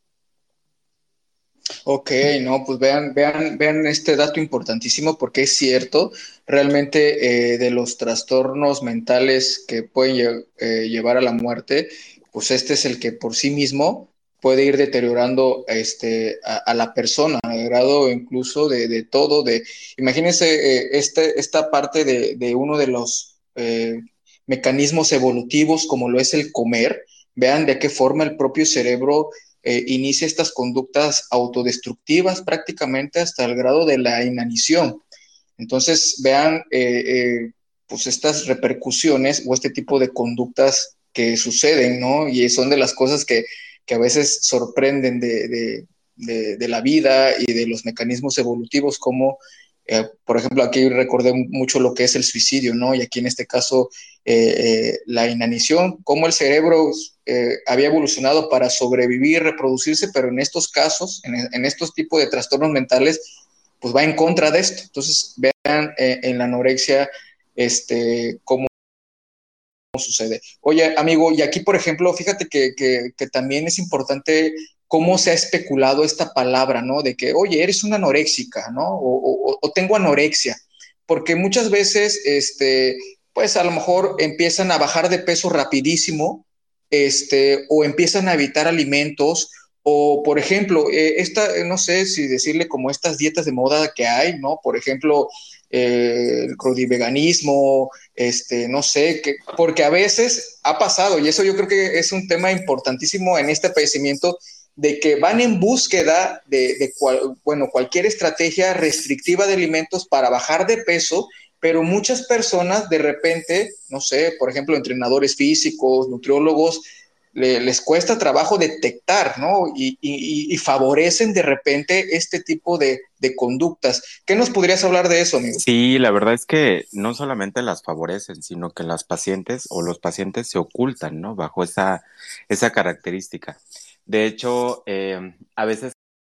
Ok, no, pues vean, vean, vean este dato importantísimo porque es cierto, realmente eh, de los trastornos mentales que pueden lle- eh, llevar a la muerte, pues este es el que por sí mismo puede ir deteriorando este, a, a la persona, al grado incluso de, de todo, de, imagínense eh, este, esta parte de, de uno de los eh, mecanismos evolutivos como lo es el comer, vean de qué forma el propio cerebro eh, inicia estas conductas autodestructivas prácticamente hasta el grado de la inanición. Entonces, vean eh, eh, pues estas repercusiones o este tipo de conductas que suceden, ¿no? Y son de las cosas que, que a veces sorprenden de, de, de, de la vida y de los mecanismos evolutivos, como, eh, por ejemplo, aquí recordé mucho lo que es el suicidio, ¿no? Y aquí en este caso, eh, eh, la inanición, cómo el cerebro eh, había evolucionado para sobrevivir, reproducirse, pero en estos casos, en, en estos tipos de trastornos mentales, pues va en contra de esto. Entonces, vean eh, en la anorexia este, cómo sucede. Oye, amigo, y aquí, por ejemplo, fíjate que, que, que también es importante cómo se ha especulado esta palabra, ¿no? De que, oye, eres una anoréxica, ¿no? O, o, o tengo anorexia. Porque muchas veces, este, pues a lo mejor empiezan a bajar de peso rapidísimo, este, o empiezan a evitar alimentos, o por ejemplo, eh, esta, no sé si decirle como estas dietas de moda que hay, ¿no? Por ejemplo, eh, el crudiveganismo, este, no sé, que, porque a veces ha pasado, y eso yo creo que es un tema importantísimo en este padecimiento, de que van en búsqueda de, de cual, bueno, cualquier estrategia restrictiva de alimentos para bajar de peso, pero muchas personas de repente, no sé, por ejemplo, entrenadores físicos, nutriólogos, le, les cuesta trabajo detectar, ¿no? Y, y, y favorecen de repente este tipo de, de conductas. ¿Qué nos podrías hablar de eso, amigo? Sí, la verdad es que no solamente las favorecen, sino que las pacientes o los pacientes se ocultan, ¿no? Bajo esa, esa característica. De hecho, eh, a veces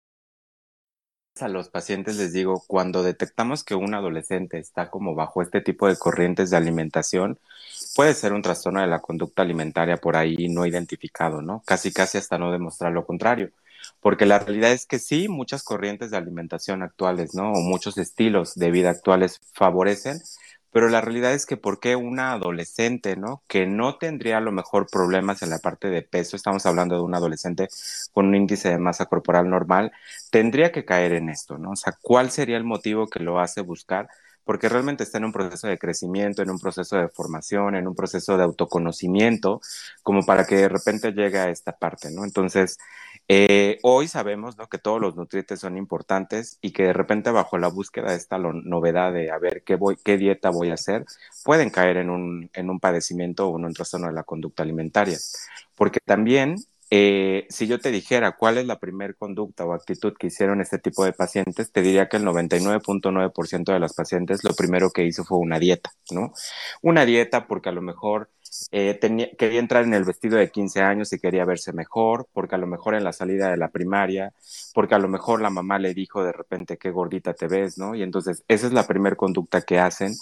a los pacientes les digo, cuando detectamos que un adolescente está como bajo este tipo de corrientes de alimentación, puede ser un trastorno de la conducta alimentaria por ahí no identificado, ¿no? Casi, casi hasta no demostrar lo contrario. Porque la realidad es que sí, muchas corrientes de alimentación actuales, ¿no? O muchos estilos de vida actuales favorecen, pero la realidad es que ¿por qué una adolescente, ¿no? Que no tendría a lo mejor problemas en la parte de peso, estamos hablando de un adolescente con un índice de masa corporal normal, tendría que caer en esto, ¿no? O sea, ¿cuál sería el motivo que lo hace buscar? Porque realmente está en un proceso de crecimiento, en un proceso de formación, en un proceso de autoconocimiento, como para que de repente llegue a esta parte, ¿no? Entonces, eh, hoy sabemos, ¿no? Que todos los nutrientes son importantes y que de repente bajo la búsqueda de esta lo, novedad de a ver qué, voy, qué dieta voy a hacer, pueden caer en un, en un padecimiento o en un trastorno de la conducta alimentaria. Porque también eh, si yo te dijera cuál es la primer conducta o actitud que hicieron este tipo de pacientes, te diría que el noventa y nueve punto nueve por ciento de las pacientes lo primero que hizo fue una dieta, ¿no? Una dieta porque a lo mejor eh, tenía, quería entrar en el vestido de quince años y quería verse mejor, porque a lo mejor en la salida de la primaria, porque a lo mejor la mamá le dijo de repente qué gordita te ves, ¿no? Y entonces esa es la primera conducta que hacen.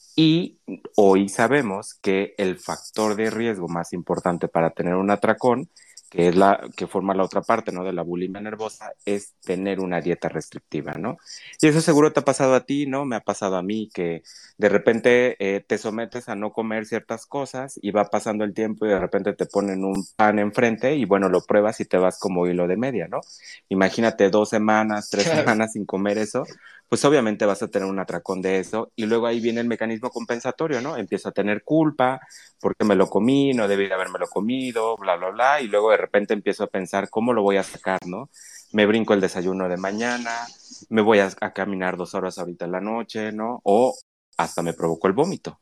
Y hoy sabemos que el factor de riesgo más importante para tener un atracón, que es la que forma la otra parte, ¿no? De la bulimia nervosa, es tener una dieta restrictiva, ¿no? Y eso seguro te ha pasado a ti, ¿no? Me ha pasado a mí que de repente eh, te sometes a no comer ciertas cosas y va pasando el tiempo y de repente te ponen un pan enfrente y bueno, lo pruebas y te vas como hilo de media, ¿no? Imagínate dos semanas, tres Claro. semanas sin comer eso, pues obviamente vas a tener un atracón de eso y luego ahí viene el mecanismo compensatorio, ¿no? Empiezo a tener culpa porque me lo comí, no debí de haberme lo comido, bla, bla, bla, y luego de repente empiezo a pensar cómo lo voy a sacar, ¿no? Me brinco el desayuno de mañana, me voy a, a caminar dos horas ahorita en la noche, ¿no? O hasta me provocó el vómito.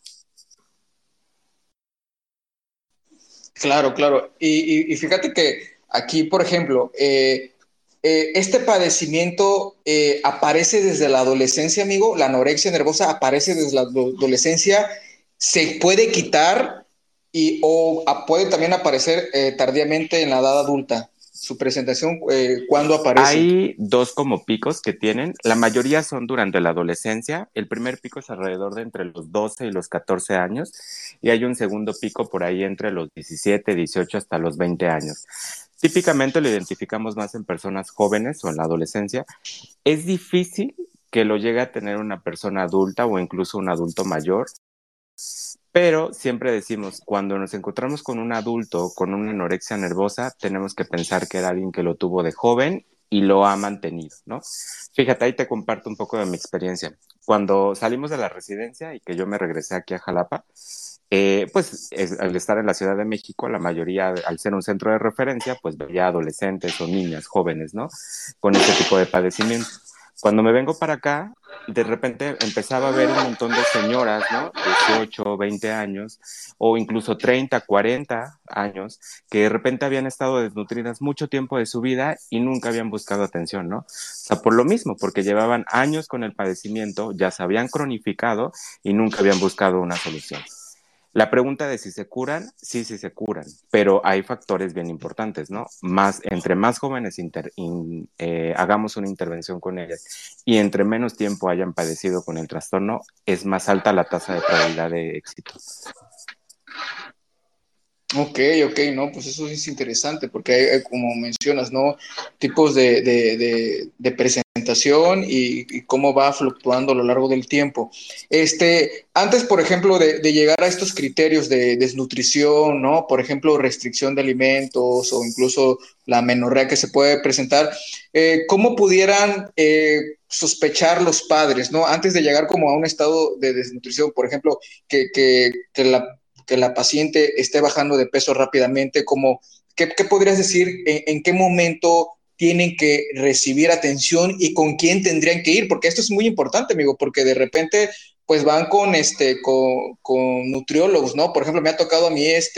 Claro, claro. Y, y- y fíjate que aquí, por ejemplo, eh, eh, este padecimiento eh, aparece desde la adolescencia, amigo. La anorexia nervosa aparece desde la ado- adolescencia. Se puede quitar y o a- puede también aparecer eh, tardíamente en la edad adulta. Su presentación, eh, ¿cuándo aparece? Hay dos como picos que tienen, la mayoría son durante la adolescencia, el primer pico es alrededor de entre los doce y los catorce años y hay un segundo pico por ahí entre los diecisiete, dieciocho hasta los veinte años. Típicamente lo identificamos más en personas jóvenes o en la adolescencia. Es difícil que lo llegue a tener una persona adulta o incluso un adulto mayor, pero siempre decimos, cuando nos encontramos con un adulto con una anorexia nervosa, tenemos que pensar que era alguien que lo tuvo de joven y lo ha mantenido, ¿no? Fíjate, ahí te comparto un poco de mi experiencia. Cuando salimos de la residencia y que yo me regresé aquí a Jalapa, eh, pues es, al estar en la Ciudad de México, la mayoría, al ser un centro de referencia, pues veía adolescentes o niñas jóvenes, ¿no? Con este tipo de padecimiento. Cuando me vengo para acá, de repente empezaba a ver un montón de señoras, ¿no? dieciocho, veinte años, o incluso treinta, cuarenta años, que de repente habían estado desnutridas mucho tiempo de su vida y nunca habían buscado atención, ¿no? O sea, por lo mismo, porque llevaban años con el padecimiento, ya se habían cronificado y nunca habían buscado una solución. La pregunta de si se curan, sí, sí se curan, pero hay factores bien importantes, ¿no? Más, entre más jóvenes inter, in, eh, hagamos una intervención con ellas y entre menos tiempo hayan padecido con el trastorno, es más alta la tasa de probabilidad de éxito. Ok, ok, no, pues eso es interesante porque hay, hay, como mencionas, ¿no? Tipos de, de, de, de presentación y, y, cómo va fluctuando a lo largo del tiempo. Este, antes, por ejemplo, de, de llegar a estos criterios de desnutrición, ¿no? Por ejemplo, restricción de alimentos o incluso la menorrea que se puede presentar, eh, ¿cómo pudieran eh, sospechar los padres, ¿no? Antes de llegar como a un estado de desnutrición, por ejemplo, que, que, que la que la paciente esté bajando de peso rápidamente, como, ¿qué, qué podrías decir en, en, qué momento tienen que recibir atención y con quién tendrían que ir? Porque esto es muy importante, amigo, porque de repente pues van con, este, con, con nutriólogos, ¿no? Por ejemplo, me ha tocado a mí este,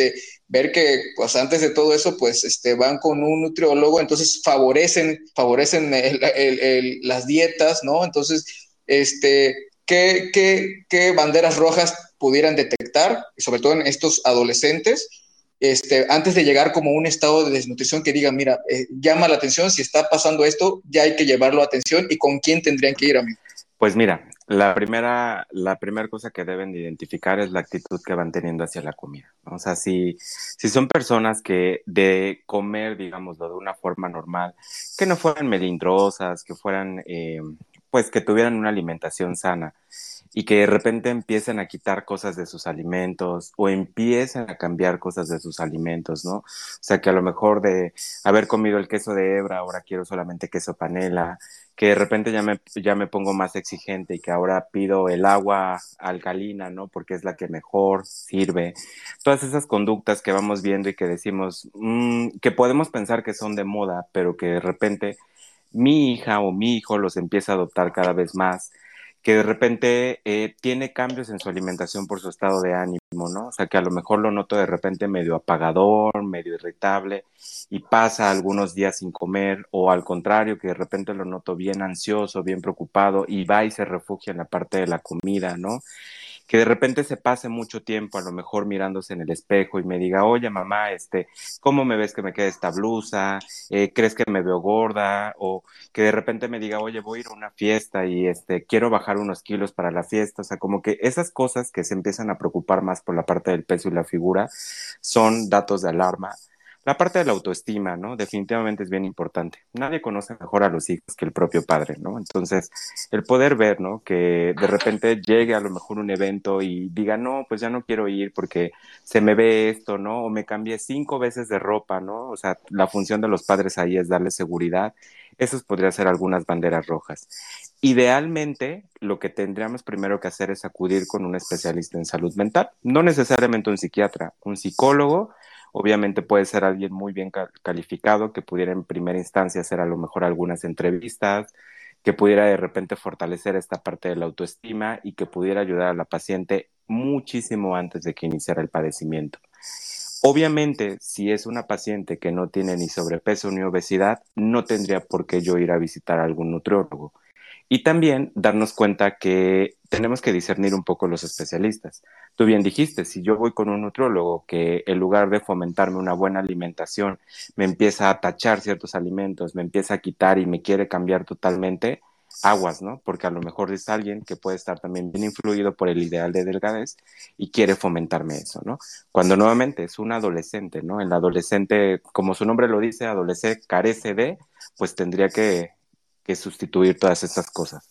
ver que pues antes de todo eso pues este, van con un nutriólogo, entonces favorecen, favorecen el, el, el, las dietas, ¿no? Entonces, este, ¿qué, qué, qué banderas rojas pudieran detectar, sobre todo en estos adolescentes? Este, antes de llegar como a un estado de desnutrición que diga, mira, eh, llama la atención, si está pasando esto, ya hay que llevarlo a atención y con quién tendrían que ir, amigo. Pues mira, la primera, la primera cosa que deben de identificar es la actitud que van teniendo hacia la comida, ¿no? O sea, si, si son personas que de comer, digámoslo, de una forma normal, que no fueran melindrosas, que fueran, eh, pues que tuvieran una alimentación sana y que de repente empiecen a quitar cosas de sus alimentos o empiecen a cambiar cosas de sus alimentos, ¿no? O sea, que a lo mejor de haber comido el queso de hebra, ahora quiero solamente queso panela, que de repente ya me, ya me pongo más exigente y que ahora pido el agua alcalina, ¿no? Porque es la que mejor sirve. Todas esas conductas que vamos viendo y que decimos, mmm, que podemos pensar que son de moda, pero que de repente mi hija o mi hijo los empieza a adoptar cada vez más, que de repente eh, tiene cambios en su alimentación por su estado de ánimo, ¿no? O sea, que a lo mejor lo noto de repente medio apagador, medio irritable y pasa algunos días sin comer, o al contrario, que de repente lo noto bien ansioso, bien preocupado y va y se refugia en la parte de la comida, ¿no? Que de repente se pase mucho tiempo a lo mejor mirándose en el espejo y me diga, oye mamá, este, ¿cómo me ves que me queda esta blusa? Eh, ¿crees que me veo gorda? O que de repente me diga, oye, voy a ir a una fiesta y este, quiero bajar unos kilos para la fiesta. O sea, como que esas cosas que se empiezan a preocupar más por la parte del peso y la figura son datos de alarma. La parte de la autoestima, ¿no? Definitivamente es bien importante. Nadie conoce mejor a los hijos que el propio padre, ¿no? Entonces, el poder ver, ¿no? Que de repente llegue a lo mejor un evento y diga, no, pues ya no quiero ir porque se me ve esto, ¿no? O me cambié cinco veces de ropa, ¿no? O sea, la función de los padres ahí es darle seguridad. Esas podrían ser algunas banderas rojas. Idealmente, lo que tendríamos primero que hacer es acudir con un especialista en salud mental, no necesariamente un psiquiatra, un psicólogo. Obviamente puede ser alguien muy bien calificado que pudiera en primera instancia hacer a lo mejor algunas entrevistas, que pudiera de repente fortalecer esta parte de la autoestima y que pudiera ayudar a la paciente muchísimo antes de que iniciara el padecimiento. Obviamente, si es una paciente que no tiene ni sobrepeso ni obesidad, no tendría por qué yo ir a visitar a algún nutriólogo. Y también darnos cuenta que tenemos que discernir un poco los especialistas. Tú bien dijiste, si yo voy con un nutriólogo que en lugar de fomentarme una buena alimentación, me empieza a tachar ciertos alimentos, me empieza a quitar y me quiere cambiar totalmente, aguas, ¿no? Porque a lo mejor es alguien que puede estar también bien influido por el ideal de delgadez y quiere fomentarme eso, ¿no? Cuando nuevamente es un adolescente, ¿no? El adolescente, como su nombre lo dice, adolescente carece de, pues tendría que que sustituir todas estas cosas.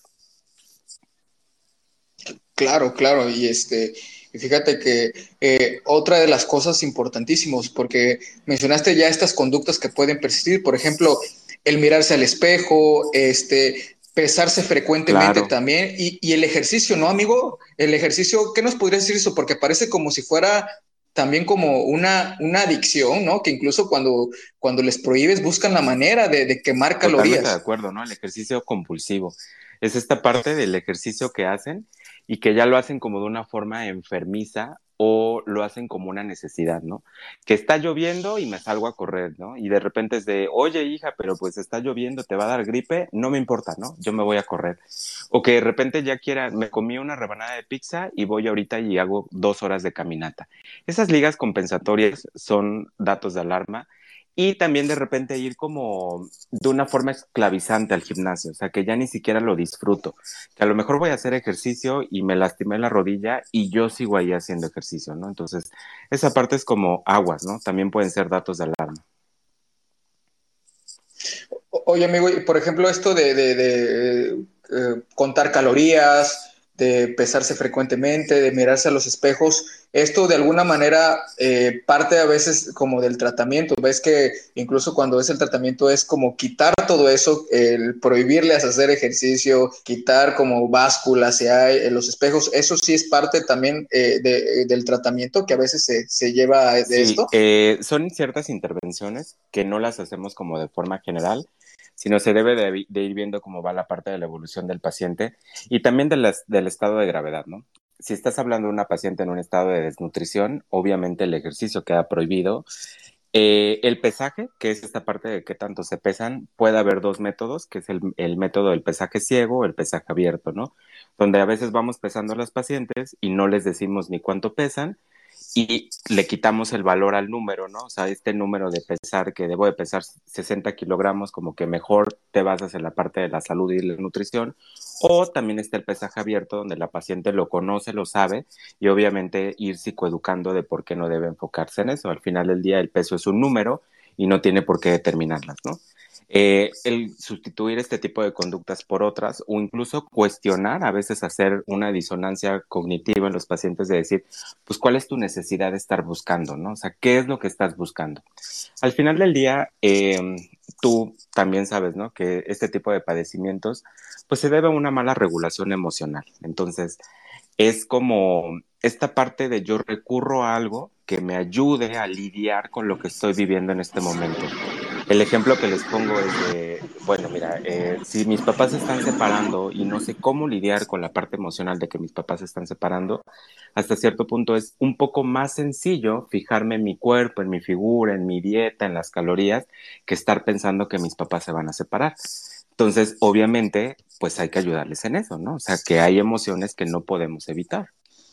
Claro, claro, y este, y fíjate que eh, otra de las cosas importantísimas, porque mencionaste ya estas conductas que pueden persistir, por ejemplo, el mirarse al espejo, este, pesarse frecuentemente Claro. también, y, y el ejercicio, ¿no, amigo? El ejercicio, ¿qué nos podría decir eso? Porque parece como si fuera también como una, una adicción, ¿no? Que incluso cuando, cuando les prohíbes buscan la manera de, de quemar Totalmente de calorías. acuerdo, ¿no? El ejercicio compulsivo. Es esta parte del ejercicio que hacen y que ya lo hacen como de una forma enfermiza o lo hacen como una necesidad, ¿no? Que está lloviendo y me salgo a correr, ¿no? Y de repente es de, oye hija, pero pues está lloviendo, te va a dar gripe, no me importa, ¿no? Yo me voy a correr. O que de repente ya quiera, me comí una rebanada de pizza y voy ahorita y hago dos horas de caminata. Esas ligas compensatorias son datos de alarma. Y también de repente ir como de una forma esclavizante al gimnasio, o sea, que ya ni siquiera lo disfruto, que a lo mejor voy a hacer ejercicio y me lastimé la rodilla y yo sigo ahí haciendo ejercicio, ¿no? Entonces, esa parte es como aguas, ¿no? También pueden ser datos de alarma. Oye, amigo, y por ejemplo, esto de, de, de eh, contar calorías, de pesarse frecuentemente, de mirarse a los espejos, esto de alguna manera eh, parte a veces como del tratamiento. Ves que incluso cuando es el tratamiento es como quitar todo eso, el prohibirles hacer ejercicio, quitar como básculas si hay en los espejos, eso sí es parte también eh, de, del tratamiento que a veces se, se lleva de Sí, esto. eh, son ciertas intervenciones que no las hacemos como de forma general, sino se debe de, de ir viendo cómo va la parte de la evolución del paciente y también de las, del estado de gravedad, ¿no? si estás hablando de una paciente en un estado de desnutrición, obviamente el ejercicio queda prohibido. Eh, el pesaje, que es esta parte de qué tanto se pesan, puede haber dos métodos, que es el, el método del pesaje ciego o el pesaje abierto, ¿no? Donde a veces vamos pesando a las pacientes y no les decimos ni cuánto pesan y le quitamos el valor al número, ¿no? O sea, este número de pesar, que debo de pesar sesenta kilogramos, como que mejor te basas en la parte de la salud y la nutrición. O también está el pesaje abierto, donde la paciente lo conoce, lo sabe, y obviamente ir psicoeducando de por qué no debe enfocarse en eso. Al final del día el peso es un número y no tiene por qué determinarlas, ¿no? Eh, el sustituir este tipo de conductas por otras o incluso cuestionar, a veces hacer una disonancia cognitiva en los pacientes de decir, pues, ¿cuál es tu necesidad de estar buscando, no? O sea, ¿qué es lo que estás buscando? Al final del día, eh, tú también sabes, ¿no? Que este tipo de padecimientos, pues se debe a una mala regulación emocional. Entonces, es como esta parte de yo recurro a algo que me ayude a lidiar con lo que estoy viviendo en este momento. El ejemplo que les pongo es de, bueno, mira, eh, si mis papás se están separando y no sé cómo lidiar con la parte emocional de que mis papás se están separando, hasta cierto punto es un poco más sencillo fijarme en mi cuerpo, en mi figura, en mi dieta, en las calorías, que estar pensando que mis papás se van a separar. Entonces, obviamente, pues hay que ayudarles en eso, ¿no? O sea, que hay emociones que no podemos evitar.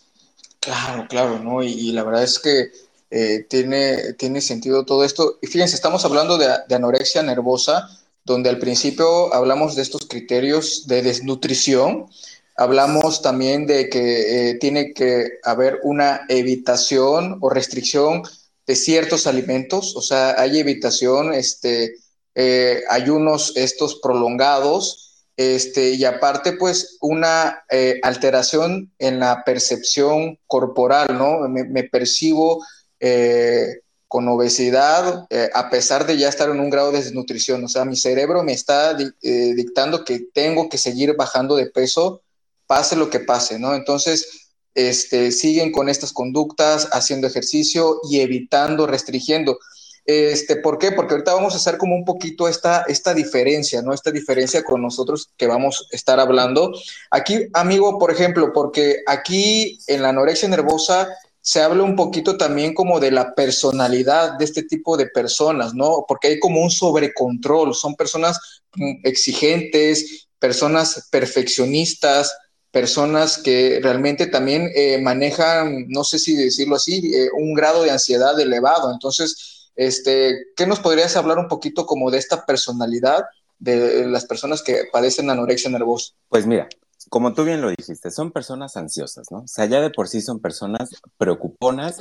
Claro, claro, ¿no? Y, y la verdad es que eh, tiene, tiene sentido todo esto. Y fíjense, estamos hablando de, de anorexia nervosa, donde al principio hablamos de estos criterios de desnutrición. Hablamos también de que eh, tiene que haber una evitación o restricción de ciertos alimentos, o sea, hay evitación, este, eh, ayunos estos prolongados, este, y aparte, pues, una eh, alteración en la percepción corporal, ¿no? Me, me percibo eh, con obesidad, eh, a pesar de ya estar en un grado de desnutrición. O sea, mi cerebro me está di eh, dictando que tengo que seguir bajando de peso, pase lo que pase, ¿no? Entonces, este, siguen con estas conductas, haciendo ejercicio y evitando, restringiendo. Este, ¿Por qué? Porque ahorita vamos a hacer como un poquito esta, esta diferencia, ¿no? Esta diferencia con nosotros que vamos a estar hablando. Aquí, amigo, por ejemplo, porque aquí en la anorexia nervosa se habla un poquito también como de la personalidad de este tipo de personas, ¿no? Porque hay como un sobrecontrol, son personas exigentes, personas perfeccionistas, personas que realmente también eh, manejan, no sé si decirlo así, eh, un grado de ansiedad elevado. Entonces, este, ¿qué nos podrías hablar un poquito como de esta personalidad de las personas que padecen anorexia nervosa? Pues mira, como tú bien lo dijiste, son personas ansiosas, ¿no? O sea, ya de por sí son personas preocuponas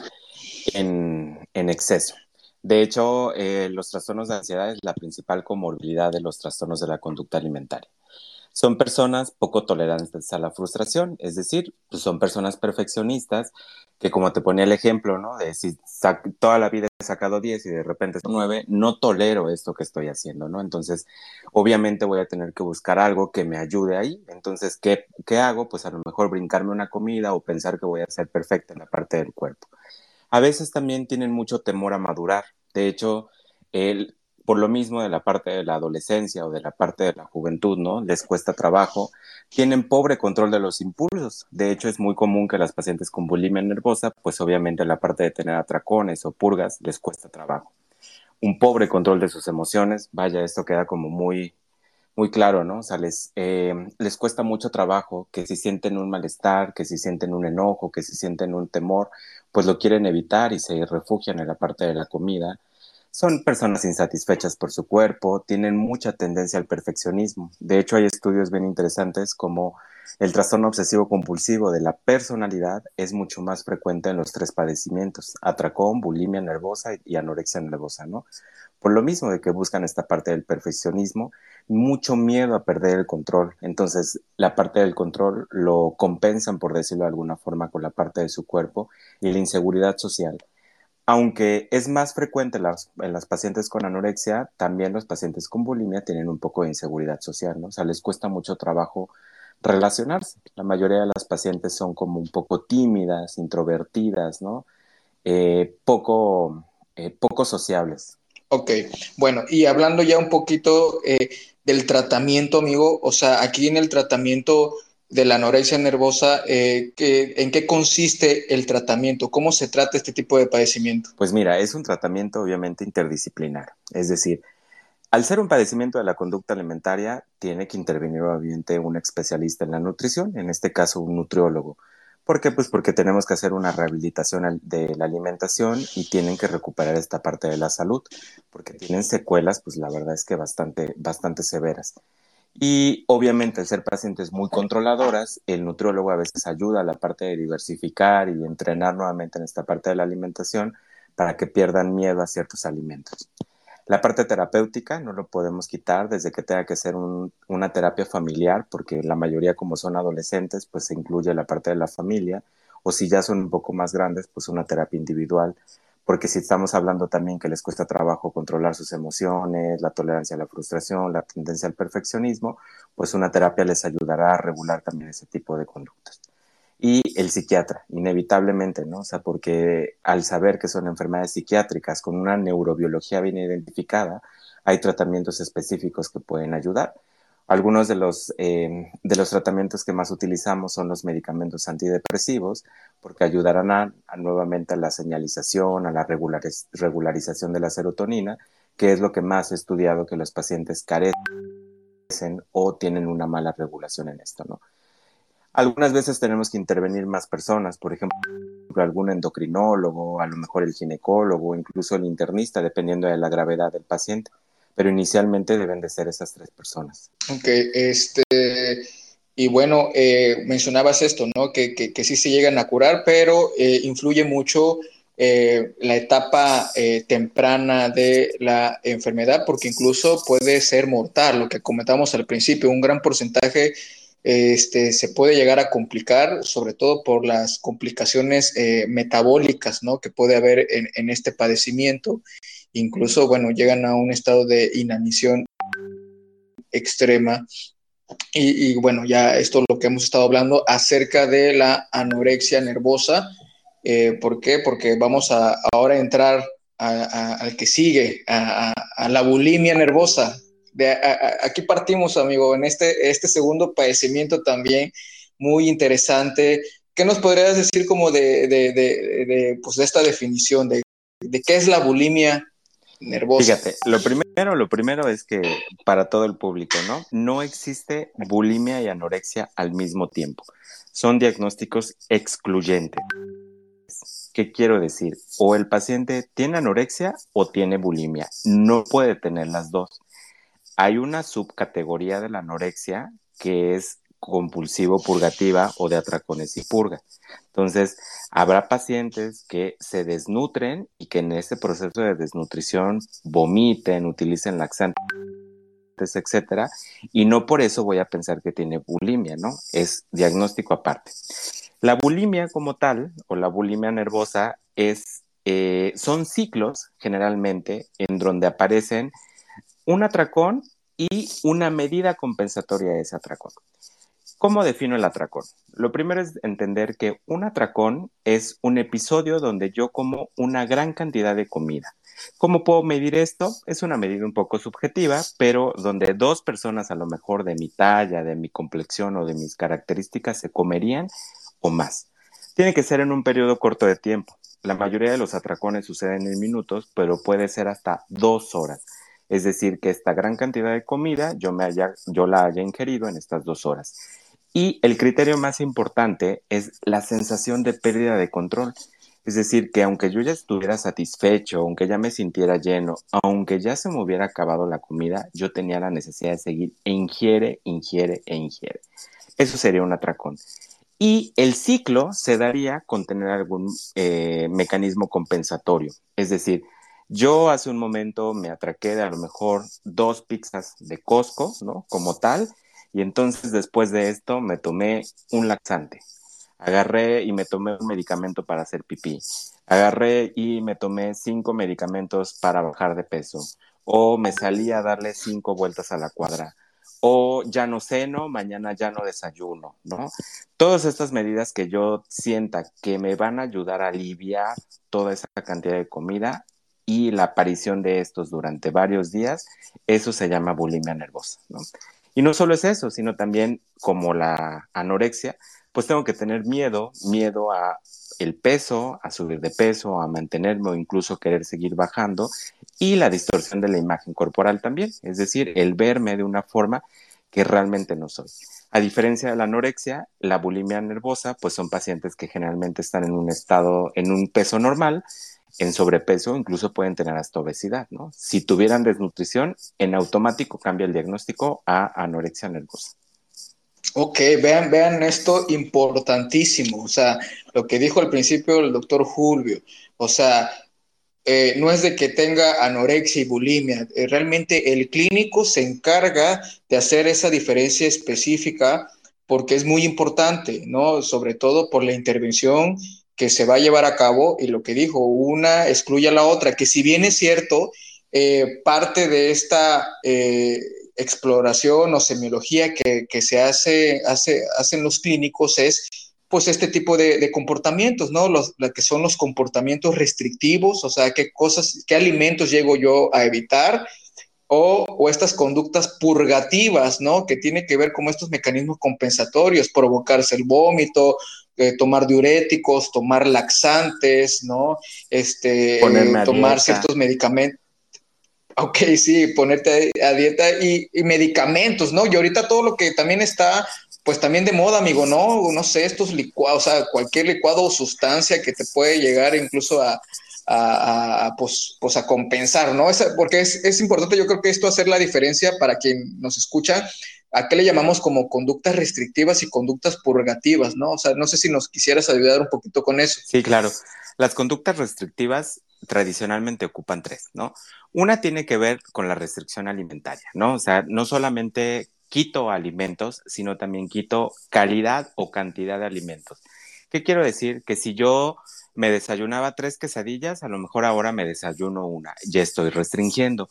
en, en exceso. De hecho, eh, los trastornos de ansiedad es la principal comorbilidad de los trastornos de la conducta alimentaria. Son personas poco tolerantes a la frustración, es decir, pues son personas perfeccionistas que, como te ponía el ejemplo, ¿no? De si toda la vida he sacado diez y de repente son nueve, no tolero esto que estoy haciendo, ¿no? Entonces, obviamente voy a tener que buscar algo que me ayude ahí. Entonces, ¿qué, qué hago? Pues a lo mejor brincarme una comida o pensar que voy a ser perfecta en la parte del cuerpo. A veces también tienen mucho temor a madurar. De hecho, el, por lo mismo de la parte de la adolescencia o de la parte de la juventud, ¿no? Les cuesta trabajo. Tienen pobre control de los impulsos. De hecho, es muy común que las pacientes con bulimia nervosa, pues obviamente la parte de tener atracones o purgas les cuesta trabajo. Un pobre control de sus emociones, vaya, esto queda como muy, muy claro, ¿no? O sea, les, eh, les cuesta mucho trabajo, que si sienten un malestar, que si sienten un enojo, que si sienten un temor, pues lo quieren evitar y se refugian en la parte de la comida. Son personas insatisfechas por su cuerpo, tienen mucha tendencia al perfeccionismo. De hecho, hay estudios bien interesantes como el trastorno obsesivo compulsivo de la personalidad es mucho más frecuente en los tres padecimientos, atracón, bulimia nervosa y anorexia nervosa, ¿no? Por lo mismo de que buscan esta parte del perfeccionismo, mucho miedo a perder el control. Entonces, la parte del control lo compensan, por decirlo de alguna forma, con la parte de su cuerpo y la inseguridad social. Aunque es más frecuente en las, en las pacientes con anorexia, también los pacientes con bulimia tienen un poco de inseguridad social, ¿no? O sea, les cuesta mucho trabajo relacionarse. La mayoría de las pacientes son como un poco tímidas, introvertidas, ¿no? Eh, poco, eh, poco sociables. Ok, bueno, y hablando ya un poquito eh, del tratamiento, amigo, o sea, aquí en el tratamiento de la anorexia nervosa, eh, que, ¿en qué consiste el tratamiento? ¿Cómo se trata este tipo de padecimiento? Pues mira, es un tratamiento obviamente interdisciplinar, es decir, al ser un padecimiento de la conducta alimentaria, tiene que intervenir obviamente un especialista en la nutrición, en este caso un nutriólogo. ¿Por qué? Pues porque tenemos que hacer una rehabilitación de la alimentación y tienen que recuperar esta parte de la salud, porque tienen secuelas, pues la verdad es que bastante, bastante severas. Y obviamente al ser pacientes muy controladoras, el nutriólogo a veces ayuda a la parte de diversificar y entrenar nuevamente en esta parte de la alimentación para que pierdan miedo a ciertos alimentos. La parte terapéutica no lo podemos quitar desde que tenga que ser un, una terapia familiar, porque la mayoría como son adolescentes, pues se incluye la parte de la familia, o si ya son un poco más grandes, pues una terapia individual, porque si estamos hablando también que les cuesta trabajo controlar sus emociones, la tolerancia a la frustración, la tendencia al perfeccionismo, pues una terapia les ayudará a regular también ese tipo de conductas. Y el psiquiatra, inevitablemente, ¿no? O sea, porque al saber que son enfermedades psiquiátricas con una neurobiología bien identificada, hay tratamientos específicos que pueden ayudar. Algunos de los, eh, de los tratamientos que más utilizamos son los medicamentos antidepresivos, porque ayudarán a, a nuevamente a la señalización, a la regulariz regularización de la serotonina, que es lo que más he estudiado que los pacientes carecen o tienen una mala regulación en esto, ¿no? Algunas veces tenemos que intervenir más personas, por ejemplo, algún endocrinólogo, a lo mejor el ginecólogo, incluso el internista, dependiendo de la gravedad del paciente. Pero inicialmente deben de ser esas tres personas. Ok, este, y bueno, eh, mencionabas esto, ¿no? Que, que, que sí se llegan a curar, pero eh, influye mucho eh, la etapa eh, temprana de la enfermedad, porque incluso puede ser mortal, lo que comentamos al principio, un gran porcentaje este, se puede llegar a complicar, sobre todo por las complicaciones eh, metabólicas, ¿no? Que puede haber en, en este padecimiento. Incluso, bueno, llegan a un estado de inanición extrema. Y, y, bueno, ya esto es lo que hemos estado hablando acerca de la anorexia nervosa. Eh, ¿Por qué? Porque vamos a ahora a entrar a, a, al que sigue, a, a, la bulimia nervosa. De, aquí partimos, amigo, en este, este segundo padecimiento también muy interesante. ¿Qué nos podrías decir como de, de, de, de, pues de esta definición de, de qué es la bulimia nervosa? Fíjate, lo primero, lo primero es que para todo el público, ¿no? No existe bulimia y anorexia al mismo tiempo. Son diagnósticos excluyentes. ¿Qué quiero decir? O el paciente tiene anorexia o tiene bulimia. No puede tener las dos. Hay una subcategoría de la anorexia que es compulsivo purgativa o de atracones y purga. Entonces, habrá pacientes que se desnutren y que en ese proceso de desnutrición vomiten, utilicen laxantes, etcétera, y no por eso voy a pensar que tiene bulimia, ¿no? Es diagnóstico aparte. La bulimia como tal, o la bulimia nervosa, es, eh, son ciclos generalmente en donde aparecen un atracón y una medida compensatoria de ese atracón. ¿Cómo defino el atracón? Lo primero es entender que un atracón es un episodio donde yo como una gran cantidad de comida. ¿Cómo puedo medir esto? Es una medida un poco subjetiva, pero donde dos personas a lo mejor de mi talla, de mi complexión o de mis características se comerían o más. Tiene que ser en un periodo corto de tiempo. La mayoría de los atracones suceden en minutos, pero puede ser hasta dos horas. Es decir, que esta gran cantidad de comida yo, me haya, yo la haya ingerido en estas dos horas. Y el criterio más importante es la sensación de pérdida de control. Es decir, que aunque yo ya estuviera satisfecho, aunque ya me sintiera lleno, aunque ya se me hubiera acabado la comida, yo tenía la necesidad de seguir e ingiere, ingiere e ingiere. Eso sería un atracón. Y el ciclo se daría con tener algún eh, mecanismo compensatorio. Es decir, yo hace un momento me atraqué de a lo mejor dos pizzas de Costco, ¿no? Como tal, y entonces después de esto me tomé un laxante. Agarré y me tomé un medicamento para hacer pipí. Agarré y me tomé cinco medicamentos para bajar de peso. O me salí a darle cinco vueltas a la cuadra. O ya no ceno, mañana ya no desayuno, ¿no? Todas estas medidas que yo sienta que me van a ayudar a aliviar toda esa cantidad de comida y la aparición de estos durante varios días, eso se llama bulimia nervosa, ¿no? Y no solo es eso, sino también como la anorexia, pues tengo que tener miedo, miedo a el peso, a subir de peso, a mantenerme o incluso querer seguir bajando, y la distorsión de la imagen corporal también, es decir, el verme de una forma que realmente no soy. A diferencia de la anorexia, la bulimia nervosa, pues son pacientes que generalmente están en un estado, en un peso normal, en sobrepeso, incluso pueden tener hasta obesidad, ¿no? Si tuvieran desnutrición, en automático cambia el diagnóstico a anorexia nervosa. Ok, vean, vean esto importantísimo, o sea, lo que dijo al principio el doctor Julio, o sea, eh, no es de que tenga anorexia y bulimia, eh, realmente el clínico se encarga de hacer esa diferencia específica porque es muy importante, ¿no? Sobre todo por la intervención que se va a llevar a cabo y lo que dijo, una excluye a la otra, que si bien es cierto, eh, parte de esta eh, exploración o semiología que, que se hace, hace, hacen los clínicos es pues este tipo de, de comportamientos, ¿no? Los, lo que son los comportamientos restrictivos, o sea, qué cosas, qué alimentos llego yo a evitar, o, o estas conductas purgativas, ¿no? Que tiene que ver con estos mecanismos compensatorios, provocarse el vómito, eh, tomar diuréticos, tomar laxantes, ¿no? Este, Ponerme eh, a tomar dieta. ciertos medicamentos. Ok, sí, ponerte a dieta y, y medicamentos, ¿no? Y ahorita todo lo que también está, pues también de moda, amigo, ¿no? No sé, estos licuados, o sea, cualquier licuado o sustancia que te puede llegar incluso a, a, a pues, pues a compensar, ¿no? Esa, porque es, es importante, yo creo que esto hacer la diferencia para quien nos escucha, ¿a qué le llamamos como conductas restrictivas y conductas purgativas, ¿no? O sea, no sé si nos quisieras ayudar un poquito con eso. Sí, claro. Las conductas restrictivas tradicionalmente ocupan tres, ¿no? Una tiene que ver con la restricción alimentaria, ¿no? O sea, no solamente quito alimentos, sino también quito calidad o cantidad de alimentos. ¿Qué quiero decir? Que si yo me desayunaba tres quesadillas, a lo mejor ahora me desayuno una, ya estoy restringiendo.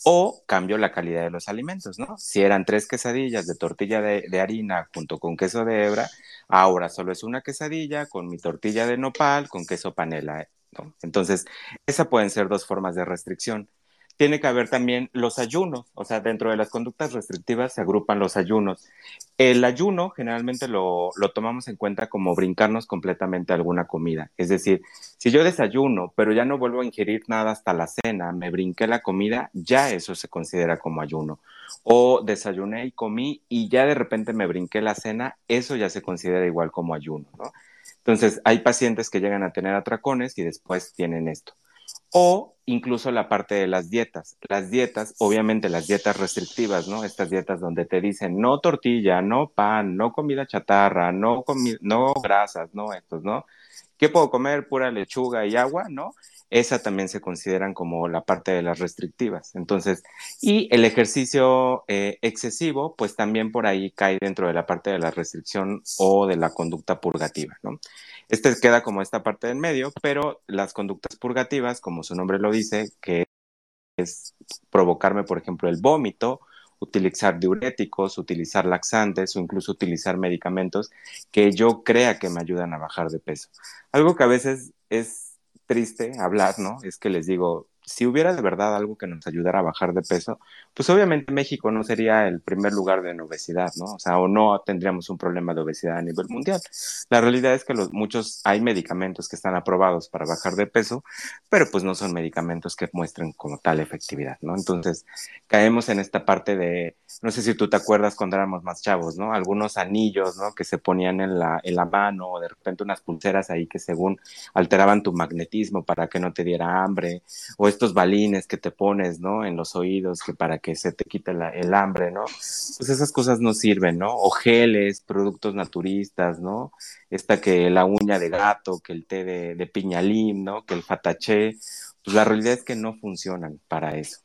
O cambio la calidad de los alimentos, ¿no? Si eran tres quesadillas de tortilla de, de harina junto con queso de hebra, ahora solo es una quesadilla con mi tortilla de nopal con queso panela, ¿no? Entonces, esas pueden ser dos formas de restricción. Tiene que haber también los ayunos, o sea, dentro de las conductas restrictivas se agrupan los ayunos. El ayuno generalmente lo, lo tomamos en cuenta como brincarnos completamente alguna comida. Es decir, si yo desayuno, pero ya no vuelvo a ingerir nada hasta la cena, me brinqué la comida, ya eso se considera como ayuno. O desayuné y comí y ya de repente me brinqué la cena, eso ya se considera igual como ayuno, ¿no? Entonces, hay pacientes que llegan a tener atracones y después tienen esto. O incluso la parte de las dietas. Las dietas, obviamente las dietas restrictivas, ¿no? Estas dietas donde te dicen no tortilla, no pan, no comida chatarra, no, comi no grasas, no estos, ¿no? ¿Qué puedo comer? Pura lechuga y agua, ¿no? Esa también se consideran como la parte de las restrictivas. Entonces, y el ejercicio eh, excesivo, pues también por ahí cae dentro de la parte de la restricción o de la conducta purgativa, ¿no? Este queda como esta parte del medio, pero las conductas purgativas, como su nombre lo dice, que es provocarme, por ejemplo, el vómito, utilizar diuréticos, utilizar laxantes o incluso utilizar medicamentos que yo crea que me ayudan a bajar de peso. Algo que a veces es triste hablar, ¿no? Es que les digo, si hubiera de verdad algo que nos ayudara a bajar de peso, pues obviamente México no sería el primer lugar de obesidad, ¿no? O sea, o no tendríamos un problema de obesidad a nivel mundial. La realidad es que los, muchos, hay medicamentos que están aprobados para bajar de peso, pero pues no son medicamentos que muestren como tal efectividad, ¿no? Entonces, caemos en esta parte de, no sé si tú te acuerdas cuando éramos más chavos, ¿no? Algunos anillos, ¿no? Que se ponían en la, en la mano, o de repente unas pulseras ahí que según alteraban tu magnetismo para que no te diera hambre, o estos balines que te pones, ¿no? En los oídos que para que se te quite la, el hambre, ¿no? Pues esas cosas no sirven, ¿no? O geles, productos naturistas, ¿no? Esta que la uña de gato, que el té de, de piñalín, ¿no? Que el fataché, pues la realidad es que no funcionan para eso.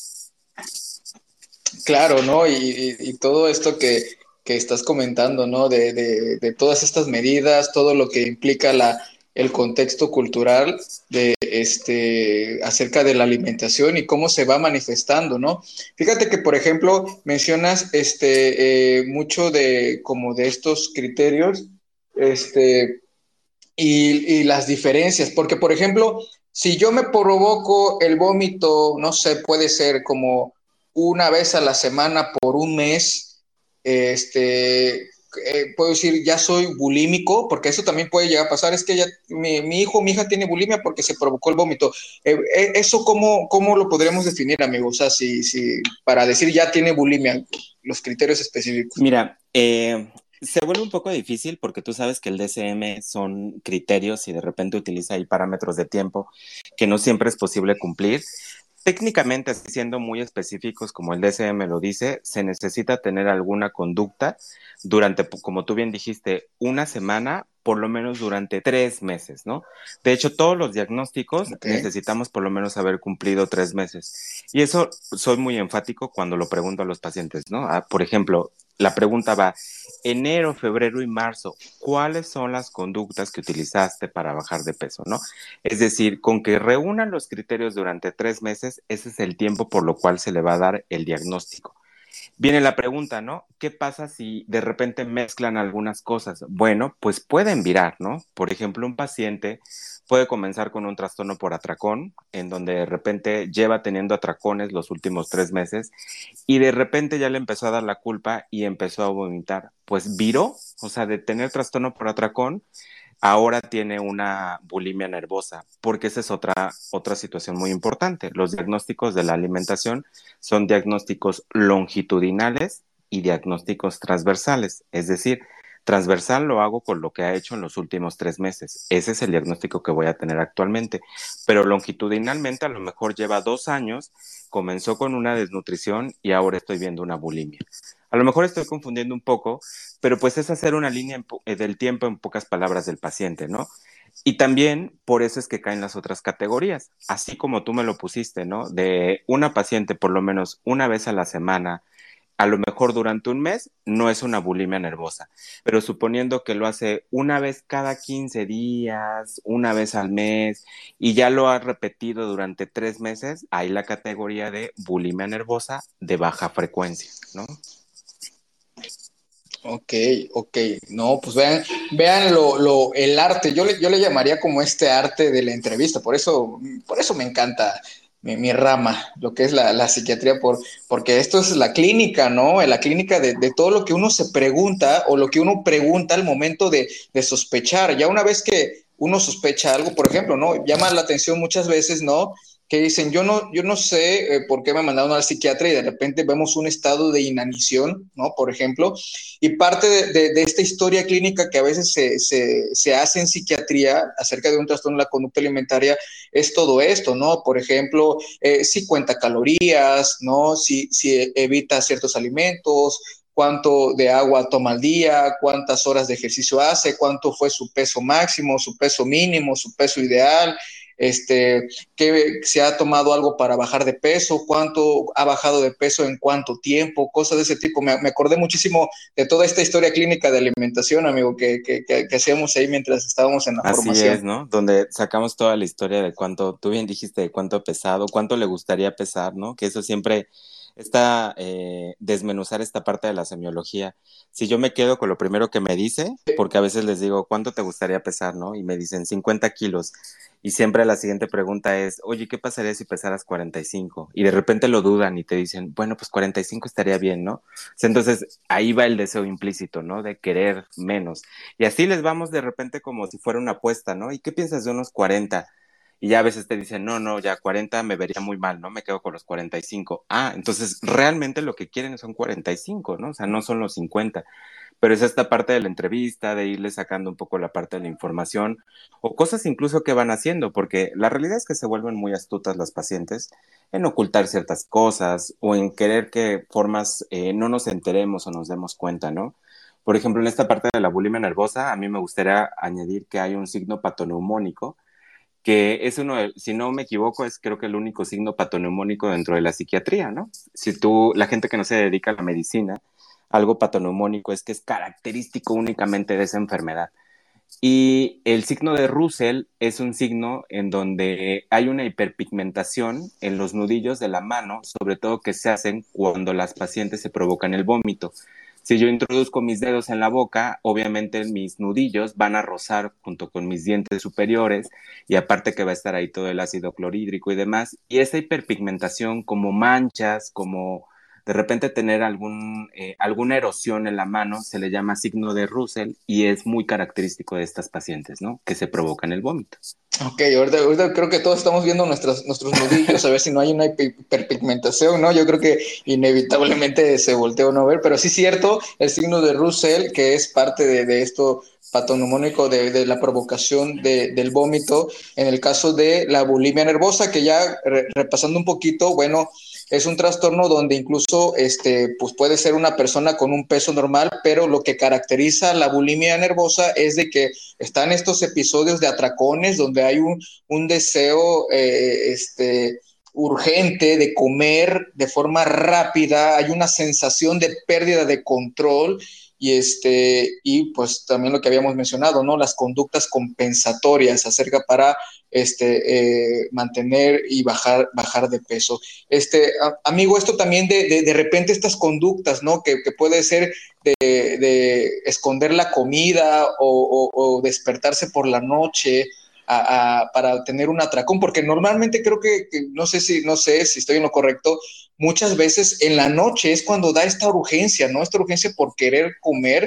Claro, ¿no? Y, y, y todo esto que, que, estás comentando, ¿no? De, de, de, todas estas medidas, todo lo que implica la, el contexto cultural de este acerca de la alimentación y cómo se va manifestando, ¿no? Fíjate que, por ejemplo, mencionas este eh, mucho de como de estos criterios, este, y, y las diferencias, porque, por ejemplo, si yo me provoco el vómito, no sé, puede ser como una vez a la semana por un mes, este, eh, puedo decir, ya soy bulímico, porque eso también puede llegar a pasar, es que ya mi, mi hijo, mi hija tiene bulimia porque se provocó el vómito. Eh, eh, ¿Eso cómo, cómo lo podríamos definir, amigo? O sea, si, si para decir ya tiene bulimia, los criterios específicos. Mira, eh, se vuelve un poco difícil porque tú sabes que el D S M son criterios y de repente utiliza ahí parámetros de tiempo que no siempre es posible cumplir. Técnicamente, siendo muy específicos, como el D S M lo dice, se necesita tener alguna conducta durante, como tú bien dijiste, una semana, por lo menos durante tres meses, ¿no? De hecho, todos los diagnósticos Ok. necesitamos por lo menos haber cumplido tres meses. Y eso soy muy enfático cuando lo pregunto a los pacientes, ¿no? Ah, por ejemplo, la pregunta va, enero, febrero y marzo, ¿cuáles son las conductas que utilizaste para bajar de peso, ¿no? Es decir, con que reúnan los criterios durante tres meses, ese es el tiempo por lo cual se le va a dar el diagnóstico. Viene la pregunta, ¿no? ¿Qué pasa si de repente mezclan algunas cosas? Bueno, pues pueden virar, ¿no? Por ejemplo, un paciente puede comenzar con un trastorno por atracón, en donde de repente lleva teniendo atracones los últimos tres meses y de repente ya le empezó a dar la culpa y empezó a vomitar. Pues viró, o sea, de tener trastorno por atracón, ahora tiene una bulimia nervosa, porque esa es otra, otra situación muy importante. Los diagnósticos de la alimentación son diagnósticos longitudinales y diagnósticos transversales, es decir, transversal lo hago con lo que ha hecho en los últimos tres meses. Ese es el diagnóstico que voy a tener actualmente. Pero longitudinalmente a lo mejor lleva dos años, comenzó con una desnutrición y ahora estoy viendo una bulimia. A lo mejor estoy confundiendo un poco, pero pues es hacer una línea en po- eh, del tiempo en pocas palabras del paciente, ¿no? Y también por eso es que caen las otras categorías, así como tú me lo pusiste, ¿no? De una paciente por lo menos una vez a la semana, a lo mejor durante un mes, no es una bulimia nervosa, pero suponiendo que lo hace una vez cada quince días, una vez al mes, y ya lo ha repetido durante tres meses, hay la categoría de bulimia nervosa de baja frecuencia, ¿no? Ok, ok. No, pues vean, vean lo, lo, el arte. Yo le, yo le llamaría como este arte de la entrevista. Por eso, por eso me encanta mi, mi rama, lo que es la, la psiquiatría, por, porque esto es la clínica, ¿no? La clínica de, de todo lo que uno se pregunta o lo que uno pregunta al momento de, de sospechar. Ya una vez que uno sospecha algo, por ejemplo, ¿no? Llama la atención muchas veces, ¿no? Que dicen, yo no, yo no sé eh, por qué me mandaron al psiquiatra y de repente vemos un estado de inanición, ¿no? Por ejemplo, y parte de, de, de esta historia clínica que a veces se, se, se, hace en psiquiatría acerca de un trastorno de la conducta alimentaria es todo esto, ¿no? Por ejemplo, eh, si cuenta calorías, ¿no? Si, si evita ciertos alimentos, cuánto de agua toma al día, cuántas horas de ejercicio hace, cuánto fue su peso máximo, su peso mínimo, su peso ideal, este, que se ha tomado algo para bajar de peso, cuánto ha bajado de peso en cuánto tiempo, cosas de ese tipo. Me, me acordé muchísimo de toda esta historia clínica de alimentación, amigo, que, que, que, que hacíamos ahí mientras estábamos en la Así es, formación. ¿no? Donde sacamos toda la historia de cuánto, tú bien dijiste, de cuánto ha pesado, cuánto le gustaría pesar, ¿no? Que eso siempre está, eh, desmenuzar esta parte de la semiología. Si yo me quedo con lo primero que me dice, porque a veces les digo, ¿cuánto te gustaría pesar, no? Y me dicen cincuenta kilos. Y siempre la siguiente pregunta es, oye, ¿qué pasaría si pesaras cuarenta y cinco? Y de repente lo dudan y te dicen, bueno, pues cuarenta y cinco estaría bien, ¿no? O sea, entonces ahí va el deseo implícito, ¿no? De querer menos. Y así les vamos de repente como si fuera una apuesta, ¿no? ¿Y qué piensas de unos cuarenta? Y ya a veces te dicen, no, no, ya cuarenta me vería muy mal, ¿no? Me quedo con los cuarenta y cinco. Ah, entonces realmente lo que quieren son cuarenta y cinco, ¿no? O sea, no son los cincuenta. Pero es esta parte de la entrevista, de irle sacando un poco la parte de la información o cosas incluso que van haciendo, porque la realidad es que se vuelven muy astutas las pacientes en ocultar ciertas cosas o en querer que formas eh, no nos enteremos o nos demos cuenta, ¿no? Por ejemplo, en esta parte de la bulimia nervosa, a mí me gustaría añadir que hay un signo patoneumónico, que es uno, de- si no me equivoco, es creo que el único signo patoneumónico dentro de la psiquiatría, ¿no? Si tú, la gente que no se dedica a la medicina, algo patoneumónico es que es característico únicamente de esa enfermedad. Y el signo de Russell es un signo en donde hay una hiperpigmentación en los nudillos de la mano, sobre todo que se hacen cuando las pacientes se provocan el vómito. Si yo introduzco mis dedos en la boca, obviamente mis nudillos van a rozar junto con mis dientes superiores y aparte que va a estar ahí todo el ácido clorhídrico y demás. Y esa hiperpigmentación como manchas, como de repente tener algún, eh, alguna erosión en la mano, se le llama signo de Russell y es muy característico de estas pacientes, ¿no? Que se provocan el vómito. Ok, ahorita, ahorita creo que todos estamos viendo nuestras, nuestros nudillos, a ver si no hay una hiperpigmentación, ¿no? Yo creo que inevitablemente se voltea a no ver, pero sí es cierto, el signo de Russell, que es parte de, de esto patoneumónico de, de la provocación de, del vómito, en el caso de la bulimia nervosa, que ya re, repasando un poquito, bueno, es un trastorno donde incluso este, pues puede ser una persona con un peso normal, pero lo que caracteriza la bulimia nervosa es de que están estos episodios de atracones donde hay un, un deseo eh, este, urgente de comer de forma rápida, hay una sensación de pérdida de control y, este, y pues también lo que habíamos mencionado, ¿no? Las conductas compensatorias acerca para este, eh, mantener y bajar, bajar de peso. Este, a, amigo, esto también de, de, de repente estas conductas, ¿no? Que, que puede ser de, de esconder la comida o, o, o despertarse por la noche a, a, para tener un atracón, porque normalmente creo que, que, no sé si, no sé si estoy en lo correcto, muchas veces en la noche es cuando da esta urgencia, ¿no? Esta urgencia por querer comer,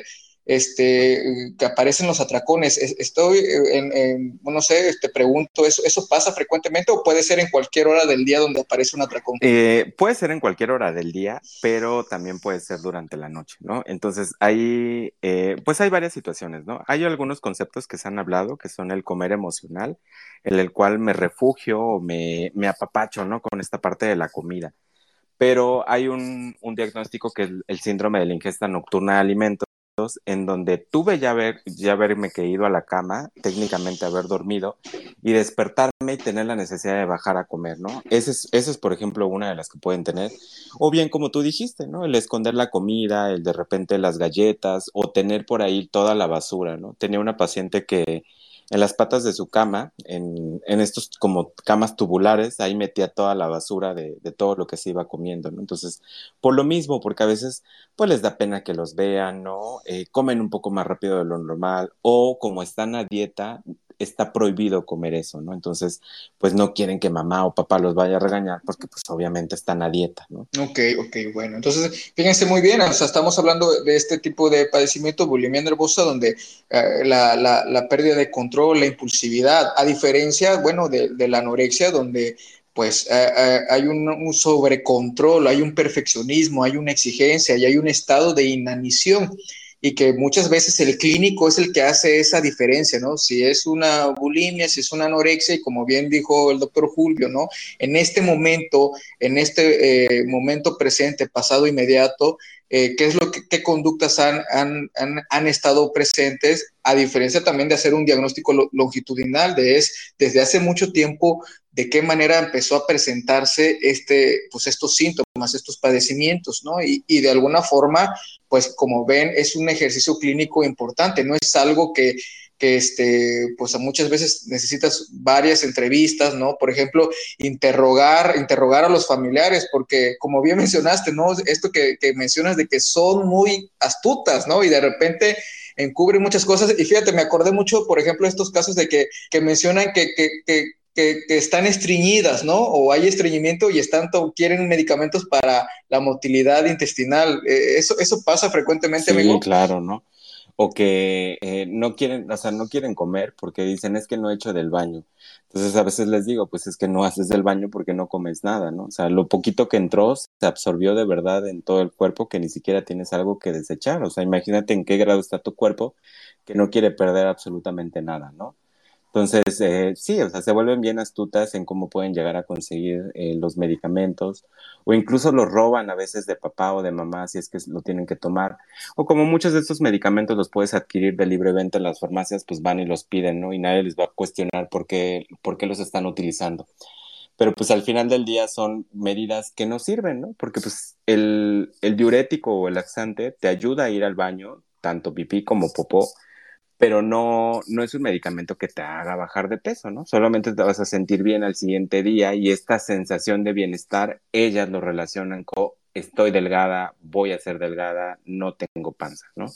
este, que aparecen los atracones. Estoy, en, en, no sé, te pregunto, ¿eso, ¿eso pasa frecuentemente o puede ser en cualquier hora del día donde aparece un atracón? Eh, puede ser en cualquier hora del día, pero también puede ser durante la noche, ¿no? Entonces, hay, eh, pues hay varias situaciones, ¿no? Hay algunos conceptos que se han hablado, que son el comer emocional, en el cual me refugio o me, me apapacho, ¿no? Con esta parte de la comida. Pero hay un, un diagnóstico que es el síndrome de la ingesta nocturna de alimentos, en donde tuve ya, haber, ya haberme caído a la cama, técnicamente haber dormido, y despertarme y tener la necesidad de bajar a comer, ¿no? Esa es, ese es, por ejemplo, una de las que pueden tener. O bien, como tú dijiste, ¿no? El esconder la comida, el de repente las galletas, o tener por ahí toda la basura, ¿no? Tenía una paciente que en las patas de su cama, en, en estos como camas tubulares, ahí metía toda la basura de, de todo lo que se iba comiendo, ¿no? Entonces, por lo mismo, porque a veces pues les da pena que los vean, ¿no? Eh, comen un poco más rápido de lo normal, o como están a dieta, está prohibido comer eso, ¿no? Entonces, pues no quieren que mamá o papá los vaya a regañar porque pues obviamente están a dieta, ¿no? Ok, ok, bueno, entonces fíjense muy bien, o sea, estamos hablando de este tipo de padecimiento, bulimia nervosa, donde eh, la, la, la pérdida de control, la impulsividad, a diferencia, bueno, de, de la anorexia, donde pues eh, eh, hay un, un sobrecontrol, hay un perfeccionismo, hay una exigencia y hay un estado de inanición y que muchas veces el clínico es el que hace esa diferencia, ¿no? Si es una bulimia, si es una anorexia, y como bien dijo el doctor Julio, ¿no? En este momento, en este eh, momento presente, pasado, inmediato, eh, qué es lo que, qué conductas han, han, han, han estado presentes, a diferencia también de hacer un diagnóstico longitudinal, de es desde hace mucho tiempo de qué manera empezó a presentarse este, pues estos síntomas, estos padecimientos, ¿no? Y, y de alguna forma, pues como ven, es un ejercicio clínico importante, no es algo que que este, pues muchas veces necesitas varias entrevistas, ¿no? Por ejemplo, interrogar, interrogar a los familiares, porque como bien mencionaste, ¿no? Esto que, que mencionas de que son muy astutas, ¿no? Y de repente encubren muchas cosas. Y fíjate, me acordé mucho, por ejemplo, estos casos de que, que mencionan que, que, que Que, que, están estreñidas, ¿no? O hay estreñimiento y están quieren medicamentos para la motilidad intestinal. Eh, eso, eso pasa frecuentemente, Sí, amigo. claro, ¿no? O que eh, no quieren, o sea, no quieren comer porque dicen es que no he hecho del baño. Entonces a veces les digo, pues es que no haces del baño porque no comes nada, ¿no? O sea, lo poquito que entró se absorbió de verdad en todo el cuerpo que ni siquiera tienes algo que desechar. O sea, imagínate en qué grado está tu cuerpo que no quiere perder absolutamente nada, ¿no? Entonces, eh, sí, o sea, se vuelven bien astutas en cómo pueden llegar a conseguir eh, los medicamentos o incluso los roban a veces de papá o de mamá si es que lo tienen que tomar. O como muchos de estos medicamentos los puedes adquirir de libre venta en las farmacias, pues van y los piden, ¿no? Y nadie les va a cuestionar por qué, por qué los están utilizando. Pero pues al final del día son medidas que no sirven, ¿no? Porque pues el, el diurético o el laxante te ayuda a ir al baño, tanto pipí como popó, pero no, no es un medicamento que te haga bajar de peso, ¿no? Solamente te vas a sentir bien al siguiente día y esta sensación de bienestar, ellas lo relacionan con estoy delgada, voy a ser delgada, no tengo panza, ¿no?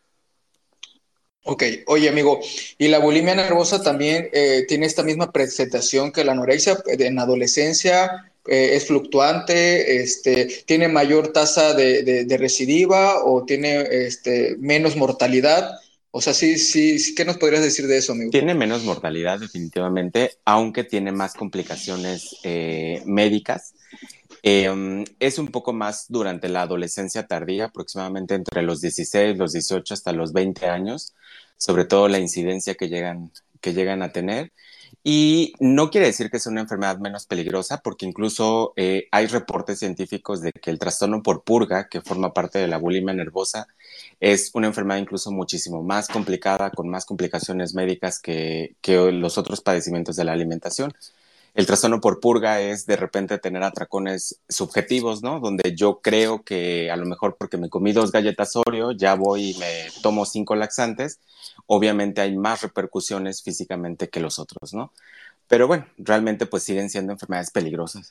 Ok, oye amigo, y la bulimia nervosa también eh, tiene esta misma presentación que la anorexia en adolescencia, eh, es fluctuante, este, tiene mayor tasa de, de, de recidiva o tiene este, menos mortalidad. O sea, sí, sí, sí, ¿qué nos podrías decir de eso, amigo? Tiene menos mortalidad definitivamente, aunque tiene más complicaciones eh, médicas. Eh, es un poco más durante la adolescencia tardía, aproximadamente entre los dieciséis, los dieciocho hasta los veinte años, sobre todo la incidencia que llegan, que llegan a tener. Y no quiere decir que sea una enfermedad menos peligrosa, porque incluso eh, hay reportes científicos de que el trastorno por purga, que forma parte de la bulimia nervosa, es una enfermedad incluso muchísimo más complicada, con más complicaciones médicas que, que los otros padecimientos de la alimentación. El trastorno por purga es de repente tener atracones subjetivos, ¿no? Donde yo creo que a lo mejor porque me comí dos galletas Oreo, ya voy y me tomo cinco laxantes. Obviamente hay más repercusiones físicamente que los otros, ¿no? Pero bueno, realmente pues siguen siendo enfermedades peligrosas.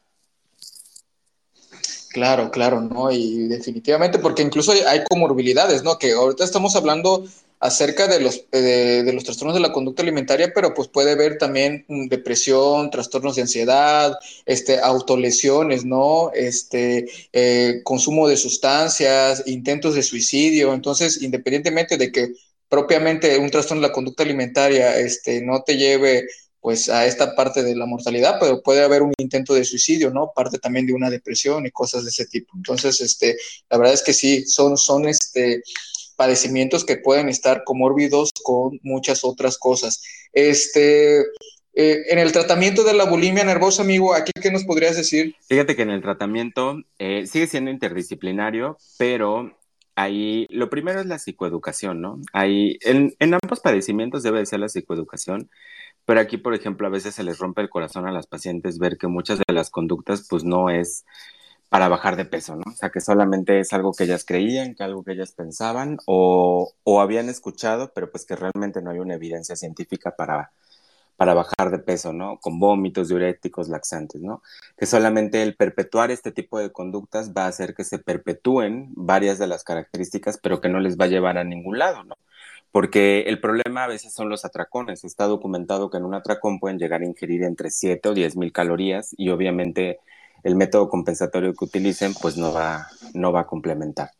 Claro, claro, ¿no? Y definitivamente, porque incluso hay, hay comorbilidades, ¿no? Que ahorita estamos hablando acerca de los, de, de los trastornos de la conducta alimentaria, pero pues puede haber también mm, depresión, trastornos de ansiedad, este, autolesiones, ¿no? Este, eh, consumo de sustancias, intentos de suicidio. Entonces, independientemente de que propiamente un trastorno de la conducta alimentaria, este, no te lleve pues a esta parte de la mortalidad, pero puede haber un intento de suicidio, ¿no? Parte también de una depresión y cosas de ese tipo. Entonces, este, la verdad es que sí, son, son este, padecimientos que pueden estar comórbidos con muchas otras cosas. Este, eh, en el tratamiento de la bulimia nervosa, amigo, ¿aquí qué nos podrías decir? Fíjate que en el tratamiento eh, sigue siendo interdisciplinario, pero ahí lo primero es la psicoeducación, ¿no? Ahí, en, en ambos padecimientos debe de ser la psicoeducación. Pero aquí, por ejemplo, a veces se les rompe el corazón a las pacientes ver que muchas de las conductas, pues no es para bajar de peso, ¿no? O sea, que solamente es algo que ellas creían, que algo que ellas pensaban o, o habían escuchado, pero pues que realmente no hay una evidencia científica para, para bajar de peso, ¿no? Con vómitos, diuréticos, laxantes, ¿no? Que solamente el perpetuar este tipo de conductas va a hacer que se perpetúen varias de las características, pero que no les va a llevar a ningún lado, ¿no? Porque el problema a veces son los atracones. Está documentado que en un atracón pueden llegar a ingerir entre siete o diez mil calorías y obviamente el método compensatorio que utilicen pues no va, no va a complementar.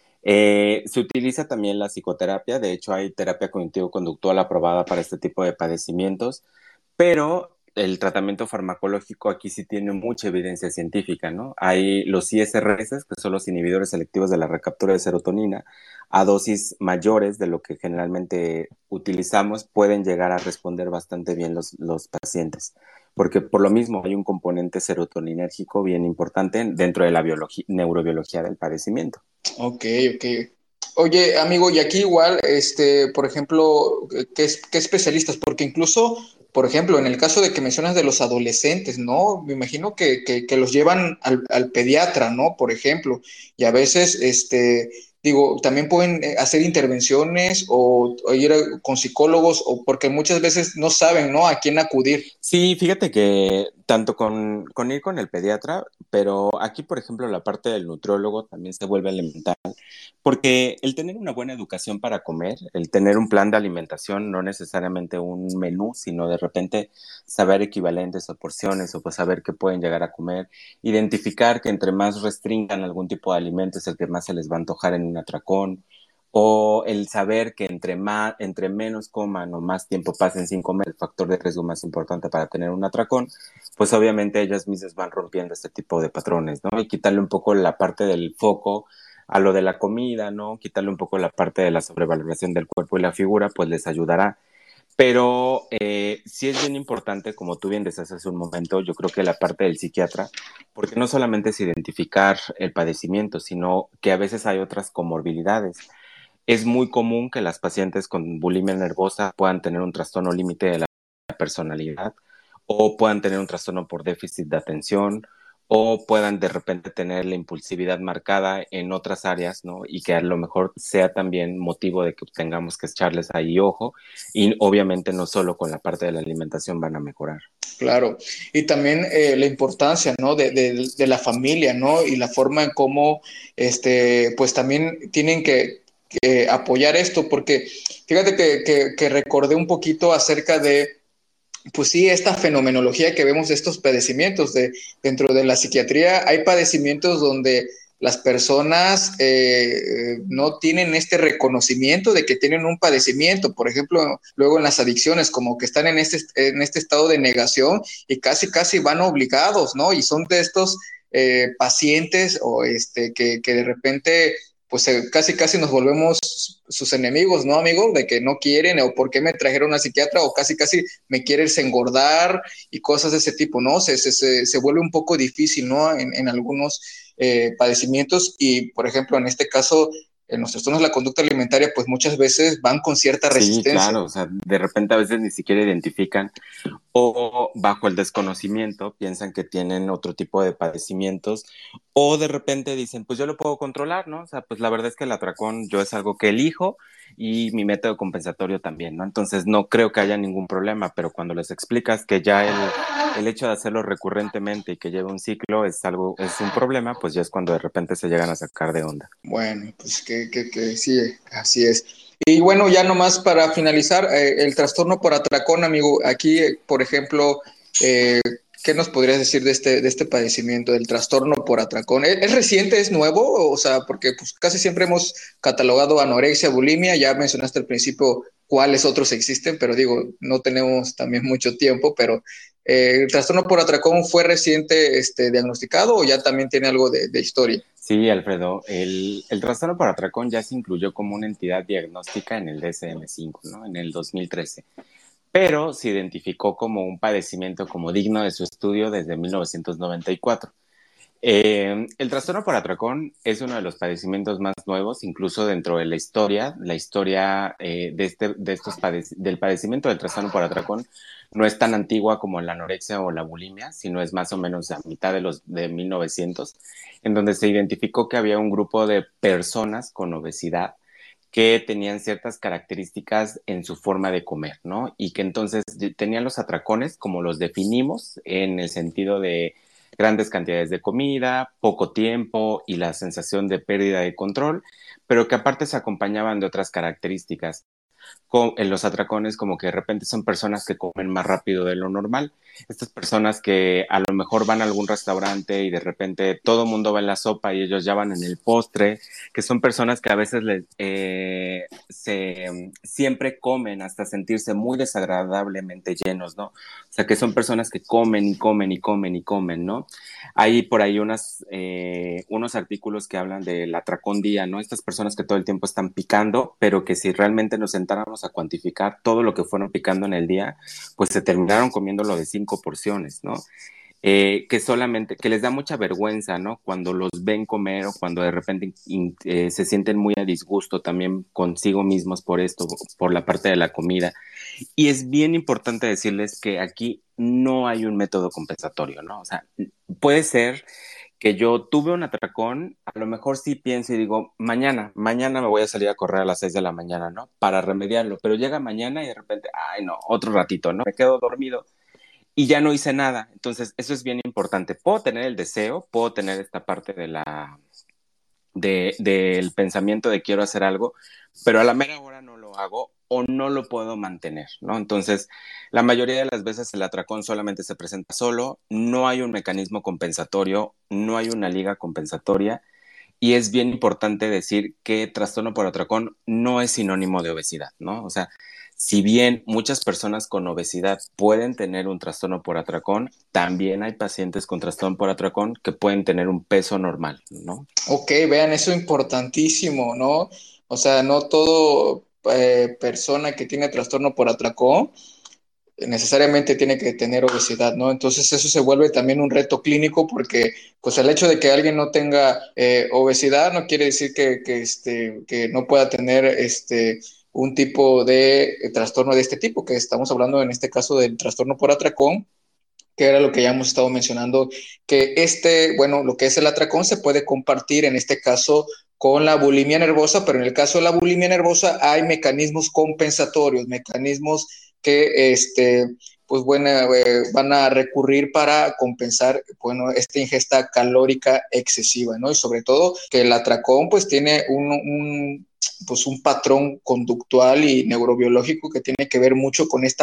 Eh, se utiliza también la psicoterapia, de hecho hay terapia cognitivo-conductual aprobada para este tipo de padecimientos, pero el tratamiento farmacológico aquí sí tiene mucha evidencia científica, ¿no? Hay los I S R S, que son los inhibidores selectivos de la recaptura de serotonina, a dosis mayores de lo que generalmente utilizamos, pueden llegar a responder bastante bien los, los pacientes, porque por lo mismo hay un componente serotoninérgico bien importante dentro de la biología, neurobiología del padecimiento. Ok, ok. Oye, amigo, y aquí igual, este, por ejemplo, ¿qué, qué especialistas? Porque incluso, por ejemplo, en el caso de que mencionas de los adolescentes, ¿no? Me imagino que, que, que los llevan al, al pediatra, ¿no? Por ejemplo, y a veces, este, digo, también pueden eh, hacer intervenciones o, o ir a- con psicólogos, o porque muchas veces no saben, ¿no? A quién acudir. Sí, fíjate que tanto con, con ir con el pediatra, pero aquí, por ejemplo, la parte del nutriólogo también se vuelve elemental, porque el tener una buena educación para comer, el tener un plan de alimentación, no necesariamente un menú, sino de repente saber equivalentes o porciones o pues saber qué pueden llegar a comer, identificar que entre más restringan algún tipo de alimento es el que más se les va a antojar en un atracón, o el saber que entre, más, entre menos coman o más tiempo pasen sin comer, el factor de riesgo más importante para tener un atracón, pues obviamente ellas mismas van rompiendo este tipo de patrones, ¿no? Y quitarle un poco la parte del foco a lo de la comida, ¿no? Quitarle un poco la parte de la sobrevaloración del cuerpo y la figura, pues les ayudará. Pero eh, sí es bien importante, como tú bien decías hace un momento, yo creo que la parte del psiquiatra, porque no solamente es identificar el padecimiento, sino que a veces hay otras comorbilidades. Es muy común que las pacientes con bulimia nervosa puedan tener un trastorno límite de la personalidad o puedan tener un trastorno por déficit de atención o puedan de repente tener la impulsividad marcada en otras áreas, ¿no? Y que a lo mejor sea también motivo de que tengamos que echarles ahí ojo y obviamente no solo con la parte de la alimentación van a mejorar. Claro, y también eh, la importancia, ¿no? De, de, de la familia, ¿no? Y la forma en cómo, este, pues también tienen que, que apoyar esto, porque fíjate que, que, que recordé un poquito acerca de pues sí, esta fenomenología que vemos de estos padecimientos. De, dentro de la psiquiatría hay padecimientos donde las personas eh, no tienen este reconocimiento de que tienen un padecimiento. Por ejemplo, luego en las adicciones, como que están en este, en este estado de negación y casi, casi van obligados, ¿no? Y son de estos eh, pacientes o este, que, que de repente pues eh, casi casi nos volvemos sus enemigos, ¿no, amigo? De que no quieren, o por qué me trajeron a psiquiatra, o casi casi me quieres engordar y cosas de ese tipo, ¿no? Se, se, se, se vuelve un poco difícil, ¿no? En, en algunos eh, padecimientos y, por ejemplo, en este caso, en los trastornos de la conducta alimentaria, pues muchas veces van con cierta Sí, resistencia. claro, o sea, de repente a veces ni siquiera identifican o bajo el desconocimiento piensan que tienen otro tipo de padecimientos o de repente dicen, pues yo lo puedo controlar, ¿no? O sea, pues la verdad es que el atracón yo es algo que elijo y mi método compensatorio también, ¿no? Entonces no creo que haya ningún problema, pero cuando les explicas que ya el, el hecho de hacerlo recurrentemente y que lleve un ciclo es algo, es un problema, pues ya es cuando de repente se llegan a sacar de onda. Bueno, pues que, que, que sí, así es. Y bueno, ya nomás para finalizar, eh, el trastorno por atracón, amigo, aquí, eh, por ejemplo, eh, ¿qué nos podrías decir de este, de este padecimiento, del trastorno por atracón? ¿Es, es reciente, es nuevo? O sea, porque pues, casi siempre hemos catalogado anorexia, bulimia, ya mencionaste al principio cuáles otros existen, pero digo, no tenemos también mucho tiempo, pero eh, ¿el trastorno por atracón fue reciente este, diagnosticado o ya también tiene algo de, de historia? Sí, Alfredo, el, el trastorno por atracón ya se incluyó como una entidad diagnóstica en el D S M cinco, ¿no? En el dos mil trece, pero se identificó como un padecimiento como digno de su estudio desde mil novecientos noventa y cuatro. Eh, el trastorno por atracón es uno de los padecimientos más nuevos, incluso dentro de la historia. La historia eh, de este, de estos padec del padecimiento del trastorno por atracón no es tan antigua como la anorexia o la bulimia, sino es más o menos a mitad de los de mil novecientos, en donde se identificó que había un grupo de personas con obesidad que tenían ciertas características en su forma de comer, ¿no? Y que entonces tenían los atracones como los definimos en el sentido de grandes cantidades de comida, poco tiempo y la sensación de pérdida de control, pero que aparte se acompañaban de otras características. Con, en los atracones como que de repente son personas que comen más rápido de lo normal. Estas personas que a lo mejor van a algún restaurante y de repente todo el mundo va en la sopa y ellos ya van en el postre, que son personas que a veces les, eh, se, siempre comen hasta sentirse muy desagradablemente llenos, ¿no? O sea, que son personas que comen y comen y comen y comen, ¿no? Hay por ahí unas, eh, unos artículos que hablan del atracón día, ¿no? Estas personas que todo el tiempo están picando, pero que si realmente nos sentáramos a cuantificar todo lo que fueron picando en el día, pues se terminaron comiendo lo de cinco porciones, ¿no? Eh, que solamente, que les da mucha vergüenza, ¿no? Cuando los ven comer o cuando de repente in, eh, se sienten muy a disgusto también consigo mismos por esto, por la parte de la comida. Y es bien importante decirles que aquí no hay un método compensatorio, ¿no? O sea, puede ser que yo tuve un atracón, a lo mejor sí pienso y digo, mañana, mañana me voy a salir a correr a las seis de la mañana, ¿no? Para remediarlo, pero llega mañana y de repente, ay, no, otro ratito, ¿no? Me quedo dormido y ya no hice nada. Entonces, eso es bien importante. Puedo tener el deseo, puedo tener esta parte de la, de, del pensamiento de quiero hacer algo, pero a la mera hora no lo hago o no lo puedo mantener, ¿no? Entonces, la mayoría de las veces el atracón solamente se presenta solo, no hay un mecanismo compensatorio, no hay una liga compensatoria, y es bien importante decir que trastorno por atracón no es sinónimo de obesidad, ¿no? O sea, si bien muchas personas con obesidad pueden tener un trastorno por atracón, también hay pacientes con trastorno por atracón que pueden tener un peso normal, ¿no? Ok, vean, eso es importantísimo, ¿no? O sea, no todo eh, persona que tiene trastorno por atracón necesariamente tiene que tener obesidad, ¿no? Entonces eso se vuelve también un reto clínico porque pues el hecho de que alguien no tenga eh, obesidad no quiere decir que, que, este, que no pueda tener este, un tipo de eh, trastorno de este tipo, que estamos hablando en este caso del trastorno por atracón, que era lo que ya hemos estado mencionando, que este, bueno, lo que es el atracón se puede compartir en este caso con la bulimia nervosa, pero en el caso de la bulimia nervosa hay mecanismos compensatorios, mecanismos que, este, pues bueno, eh, van a recurrir para compensar, bueno, esta ingesta calórica excesiva, ¿no? Y sobre todo que el atracón, pues tiene un, un pues un patrón conductual y neurobiológico que tiene que ver mucho con esta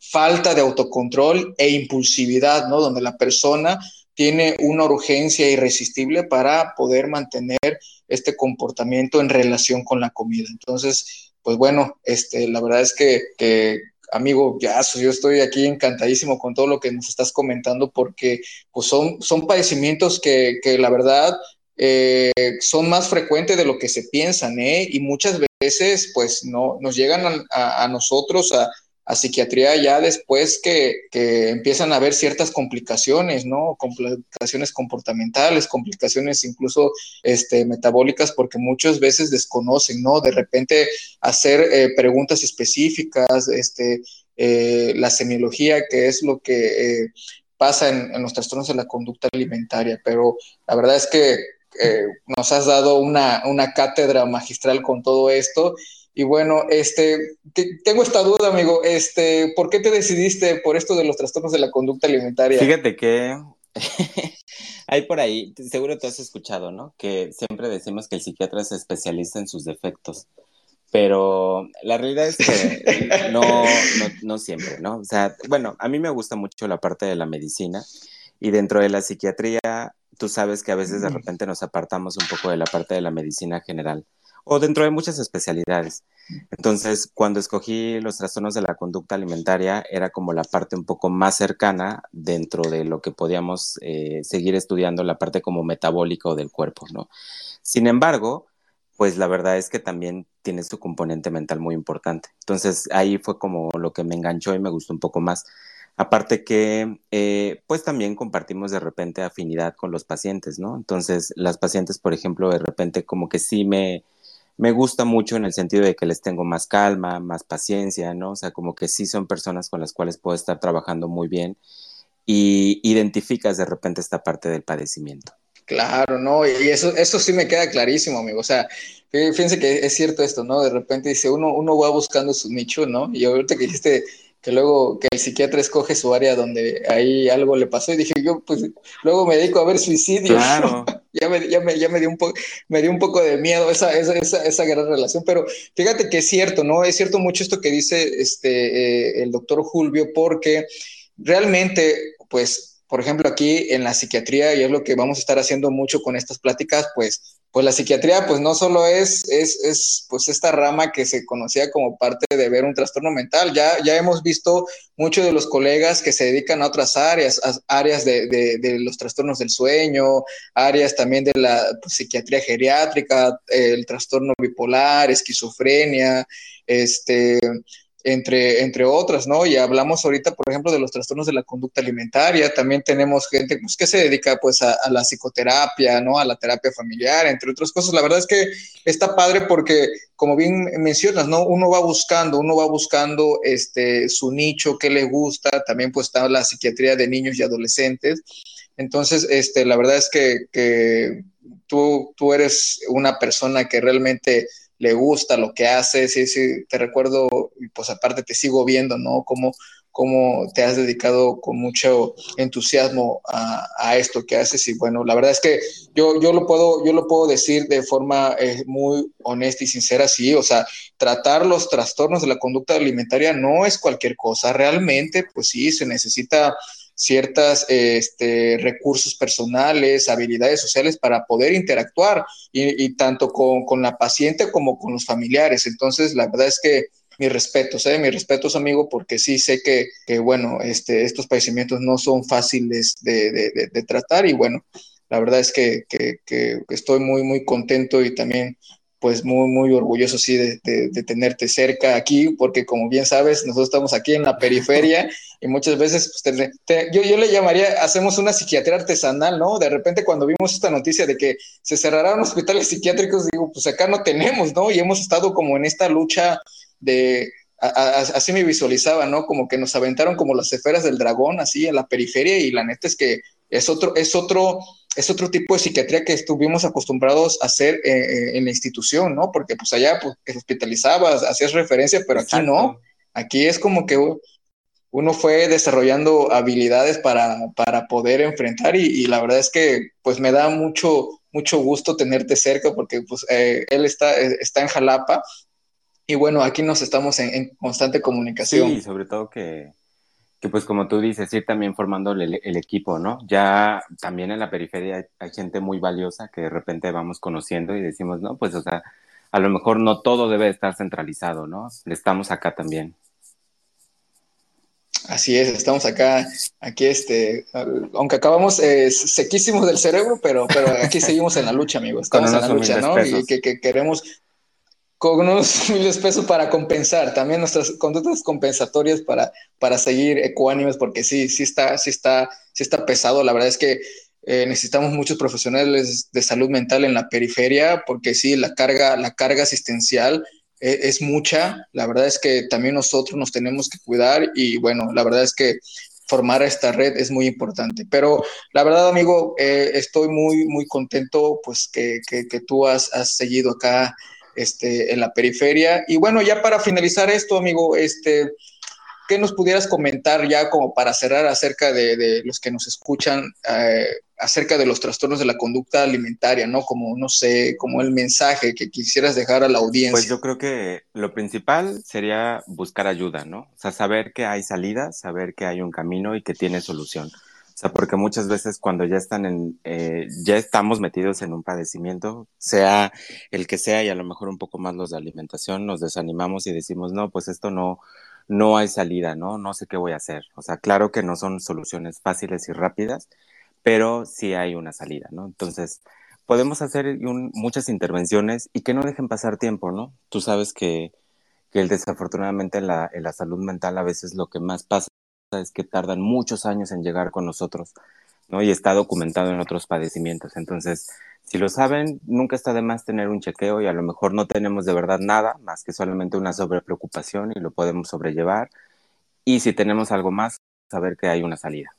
falta de autocontrol e impulsividad, ¿no? Donde la persona tiene una urgencia irresistible para poder mantener este comportamiento en relación con la comida. Entonces, pues bueno, este, la verdad es que, que amigo, ya, yo estoy aquí encantadísimo con todo lo que nos estás comentando, porque pues son, son padecimientos que, que la verdad eh, son más frecuentes de lo que se piensan, ¿eh? Y muchas veces pues no, nos llegan a, a, a nosotros a, a psiquiatría ya después que, que empiezan a haber ciertas complicaciones, ¿no? Complicaciones comportamentales, complicaciones incluso este, metabólicas, porque muchas veces desconocen, ¿no? De repente hacer eh, preguntas específicas, este, eh, la semiología, que es lo que eh, pasa en, en los trastornos de la conducta alimentaria, pero la verdad es que eh, nos has dado una, una cátedra magistral con todo esto. Y bueno, este, te, tengo esta duda, amigo, este, ¿por qué te decidiste por esto de los trastornos de la conducta alimentaria? Fíjate que hay por ahí, seguro te has escuchado, ¿no? Que siempre decimos que el psiquiatra se especializa en sus defectos, pero la realidad es que no, no, no siempre, ¿no? O sea, bueno, a mí me gusta mucho la parte de la medicina y dentro de la psiquiatría, tú sabes que a veces de repente nos apartamos un poco de la parte de la medicina general o dentro de muchas especialidades. Entonces, cuando escogí los trastornos de la conducta alimentaria, era como la parte un poco más cercana dentro de lo que podíamos eh, seguir estudiando, la parte como metabólica o del cuerpo, ¿no? Sin embargo, pues la verdad es que también tiene su componente mental muy importante. Entonces, ahí fue como lo que me enganchó y me gustó un poco más. Aparte que, eh, pues también compartimos de repente afinidad con los pacientes, ¿no? Entonces, las pacientes, por ejemplo, de repente como que sí me me gusta mucho en el sentido de que les tengo más calma, más paciencia, ¿no? O sea, como que sí son personas con las cuales puedo estar trabajando muy bien y identificas de repente esta parte del padecimiento. Claro, no, y eso, eso sí me queda clarísimo, amigo. O sea, fíjense que es cierto esto, ¿no? De repente dice, uno, uno va buscando su nicho, ¿no? Y ahorita que dijiste que luego que el psiquiatra escoge su área donde ahí algo le pasó, y dije, yo pues luego me dedico a ver suicidios. Claro. ya me, ya me, ya me dio un poco, me dio un poco de miedo esa, esa, esa, esa gran relación, pero fíjate que es cierto, ¿no? Es cierto mucho esto que dice este eh, el doctor Julvio, porque realmente, pues, por ejemplo, aquí en la psiquiatría, y es lo que vamos a estar haciendo mucho con estas pláticas, pues, pues la psiquiatría, pues no solo es, es, es pues esta rama que se conocía como parte de ver un trastorno mental, ya, ya hemos visto muchos de los colegas que se dedican a otras áreas, a áreas de, de, de los trastornos del sueño, áreas también de la pues, psiquiatría geriátrica, el trastorno bipolar, esquizofrenia, este... Entre, entre otras, ¿no? Y hablamos ahorita, por ejemplo, de los trastornos de la conducta alimentaria, también tenemos gente pues, que se dedica pues a, a la psicoterapia, ¿no? A la terapia familiar, entre otras cosas. La verdad es que está padre porque, como bien mencionas, ¿no? Uno va buscando, uno va buscando este, su nicho, qué le gusta, también pues está la psiquiatría de niños y adolescentes. Entonces, este, la verdad es que, que tú, tú eres una persona que realmente le gusta lo que hace, sí, sí, te recuerdo, y pues aparte te sigo viendo, ¿no? Cómo, cómo te has dedicado con mucho entusiasmo a, a, esto que haces y bueno, la verdad es que yo, yo, lo, puedo, yo lo puedo decir de forma eh, muy honesta y sincera, sí, o sea, tratar los trastornos de la conducta alimentaria no es cualquier cosa, realmente, pues sí, se necesita ciertos este, recursos personales, habilidades sociales para poder interactuar y, y tanto con, con la paciente como con los familiares. Entonces, la verdad es que mis respetos, ¿eh? mis respetos, amigo, porque sí sé que, que bueno, este, estos padecimientos no son fáciles de, de, de, de tratar y bueno, la verdad es que, que, que estoy muy, muy contento y también pues muy, muy orgulloso sí de, de, de tenerte cerca aquí, porque como bien sabes, nosotros estamos aquí en la periferia y muchas veces pues, te, te, yo, yo le llamaría, hacemos una psiquiatría artesanal, ¿no? De repente cuando vimos esta noticia de que se cerrarán hospitales psiquiátricos, digo, pues acá no tenemos, ¿no? Y hemos estado como en esta lucha de... A, a, así me visualizaba, ¿no? Como que nos aventaron como las esferas del dragón, así en la periferia, y la neta es que es otro, es otro, es otro tipo de psiquiatría que estuvimos acostumbrados a hacer eh, en la institución, ¿no? Porque pues allá pues, te hospitalizabas, hacías referencia, pero aquí Exacto. no. Aquí es como que uno fue desarrollando habilidades para, para poder enfrentar y, y la verdad es que pues me da mucho, mucho gusto tenerte cerca porque pues eh, él está, está en Jalapa y bueno, aquí nos estamos en, en constante comunicación. Sí, sobre todo que Que pues como tú dices, ir también formando el, el equipo, ¿no? Ya también en la periferia hay, hay gente muy valiosa que de repente vamos conociendo y decimos, no, pues o sea, a lo mejor no todo debe estar centralizado, ¿no? Estamos acá también. Así es, estamos acá, aquí este, aunque acabamos eh, sequísimos del cerebro, pero, pero aquí seguimos en la lucha, amigo, Con estamos en la unos lucha, humildes ¿no? Y pesos. que, que queremos con unos miles de pesos para compensar, también nuestras conductas compensatorias para, para seguir ecuánimes, porque sí, sí está, sí está, sí está pesado. La verdad es que eh, necesitamos muchos profesionales de salud mental en la periferia, porque sí, la carga, la carga asistencial es, es mucha. La verdad es que también nosotros nos tenemos que cuidar y bueno, la verdad es que formar esta red es muy importante. Pero la verdad, amigo, eh, estoy muy, muy contento pues que, que, que tú has, has seguido acá este, en la periferia. Y bueno, ya para finalizar esto, amigo, este, ¿qué nos pudieras comentar ya como para cerrar acerca de, de los que nos escuchan, eh, acerca de los trastornos de la conducta alimentaria, ¿no? Como, no sé, como el mensaje que quisieras dejar a la Pues audiencia. yo creo que lo principal sería buscar ayuda, ¿no? O sea, saber que hay salida, saber que hay un camino y que tiene solución. O sea, porque muchas veces cuando ya están en, eh, ya estamos metidos en un padecimiento, sea el que sea, y a lo mejor un poco más los de alimentación, nos desanimamos y decimos, no, pues esto no, no hay salida, ¿no? No sé qué voy a hacer. O sea, claro que no son soluciones fáciles y rápidas, pero sí hay una salida, ¿no? Entonces, podemos hacer un- muchas intervenciones y que no dejen pasar tiempo, ¿no? Tú sabes que, que el, desafortunadamente en la, en la salud mental a veces lo que más pasa es que tardan muchos años en llegar con nosotros, ¿no? Y está documentado en otros padecimientos. Entonces, si lo saben, nunca está de más tener un chequeo y a lo mejor no tenemos de verdad nada más que solamente una sobrepreocupación y lo podemos sobrellevar. Y si tenemos algo más, saber que hay una salida.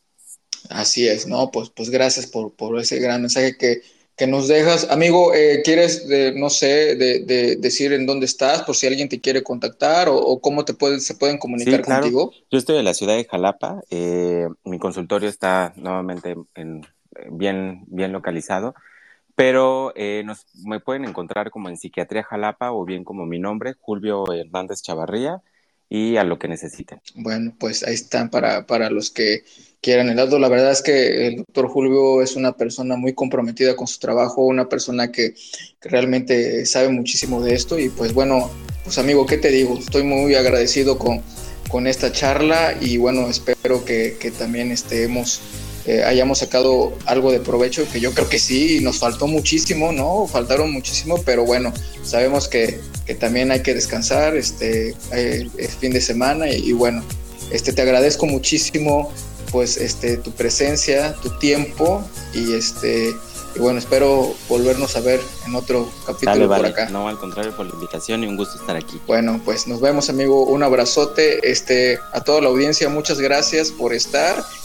Así es, ¿no? Pues, pues gracias por, por ese gran mensaje que, que nos dejas. Amigo, eh, ¿quieres, de, no sé, de, de decir en dónde estás por si alguien te quiere contactar o, o cómo te pueden, se pueden Sí, comunicar claro. contigo? Yo estoy en la ciudad de Jalapa. Eh, mi consultorio está nuevamente en, bien, bien localizado, pero eh, nos, me pueden encontrar como en Psiquiatría Jalapa o bien como mi nombre, Julio Hernández Chavarría, y a lo que necesiten. Bueno, pues ahí están para, para los que quieran el dato. La verdad es que el doctor Julio es una persona muy comprometida con su trabajo, una persona que, que realmente sabe muchísimo de esto. Y pues bueno, pues amigo, ¿qué te digo? Estoy muy agradecido con, con esta charla y bueno, espero que, que también estemos, eh, hayamos sacado algo de provecho, que yo creo que sí, nos faltó muchísimo, ¿no? Faltaron muchísimo, pero bueno, sabemos que que también hay que descansar, este, eh, es fin de semana y, y bueno, este, te agradezco muchísimo pues este, tu presencia, tu tiempo y este, y bueno, espero volvernos a ver en otro Dale, capítulo por vale. acá. No, al contrario, por la invitación y un gusto estar aquí. Bueno, pues nos vemos, amigo, un abrazote, este, a toda la audiencia, muchas gracias por estar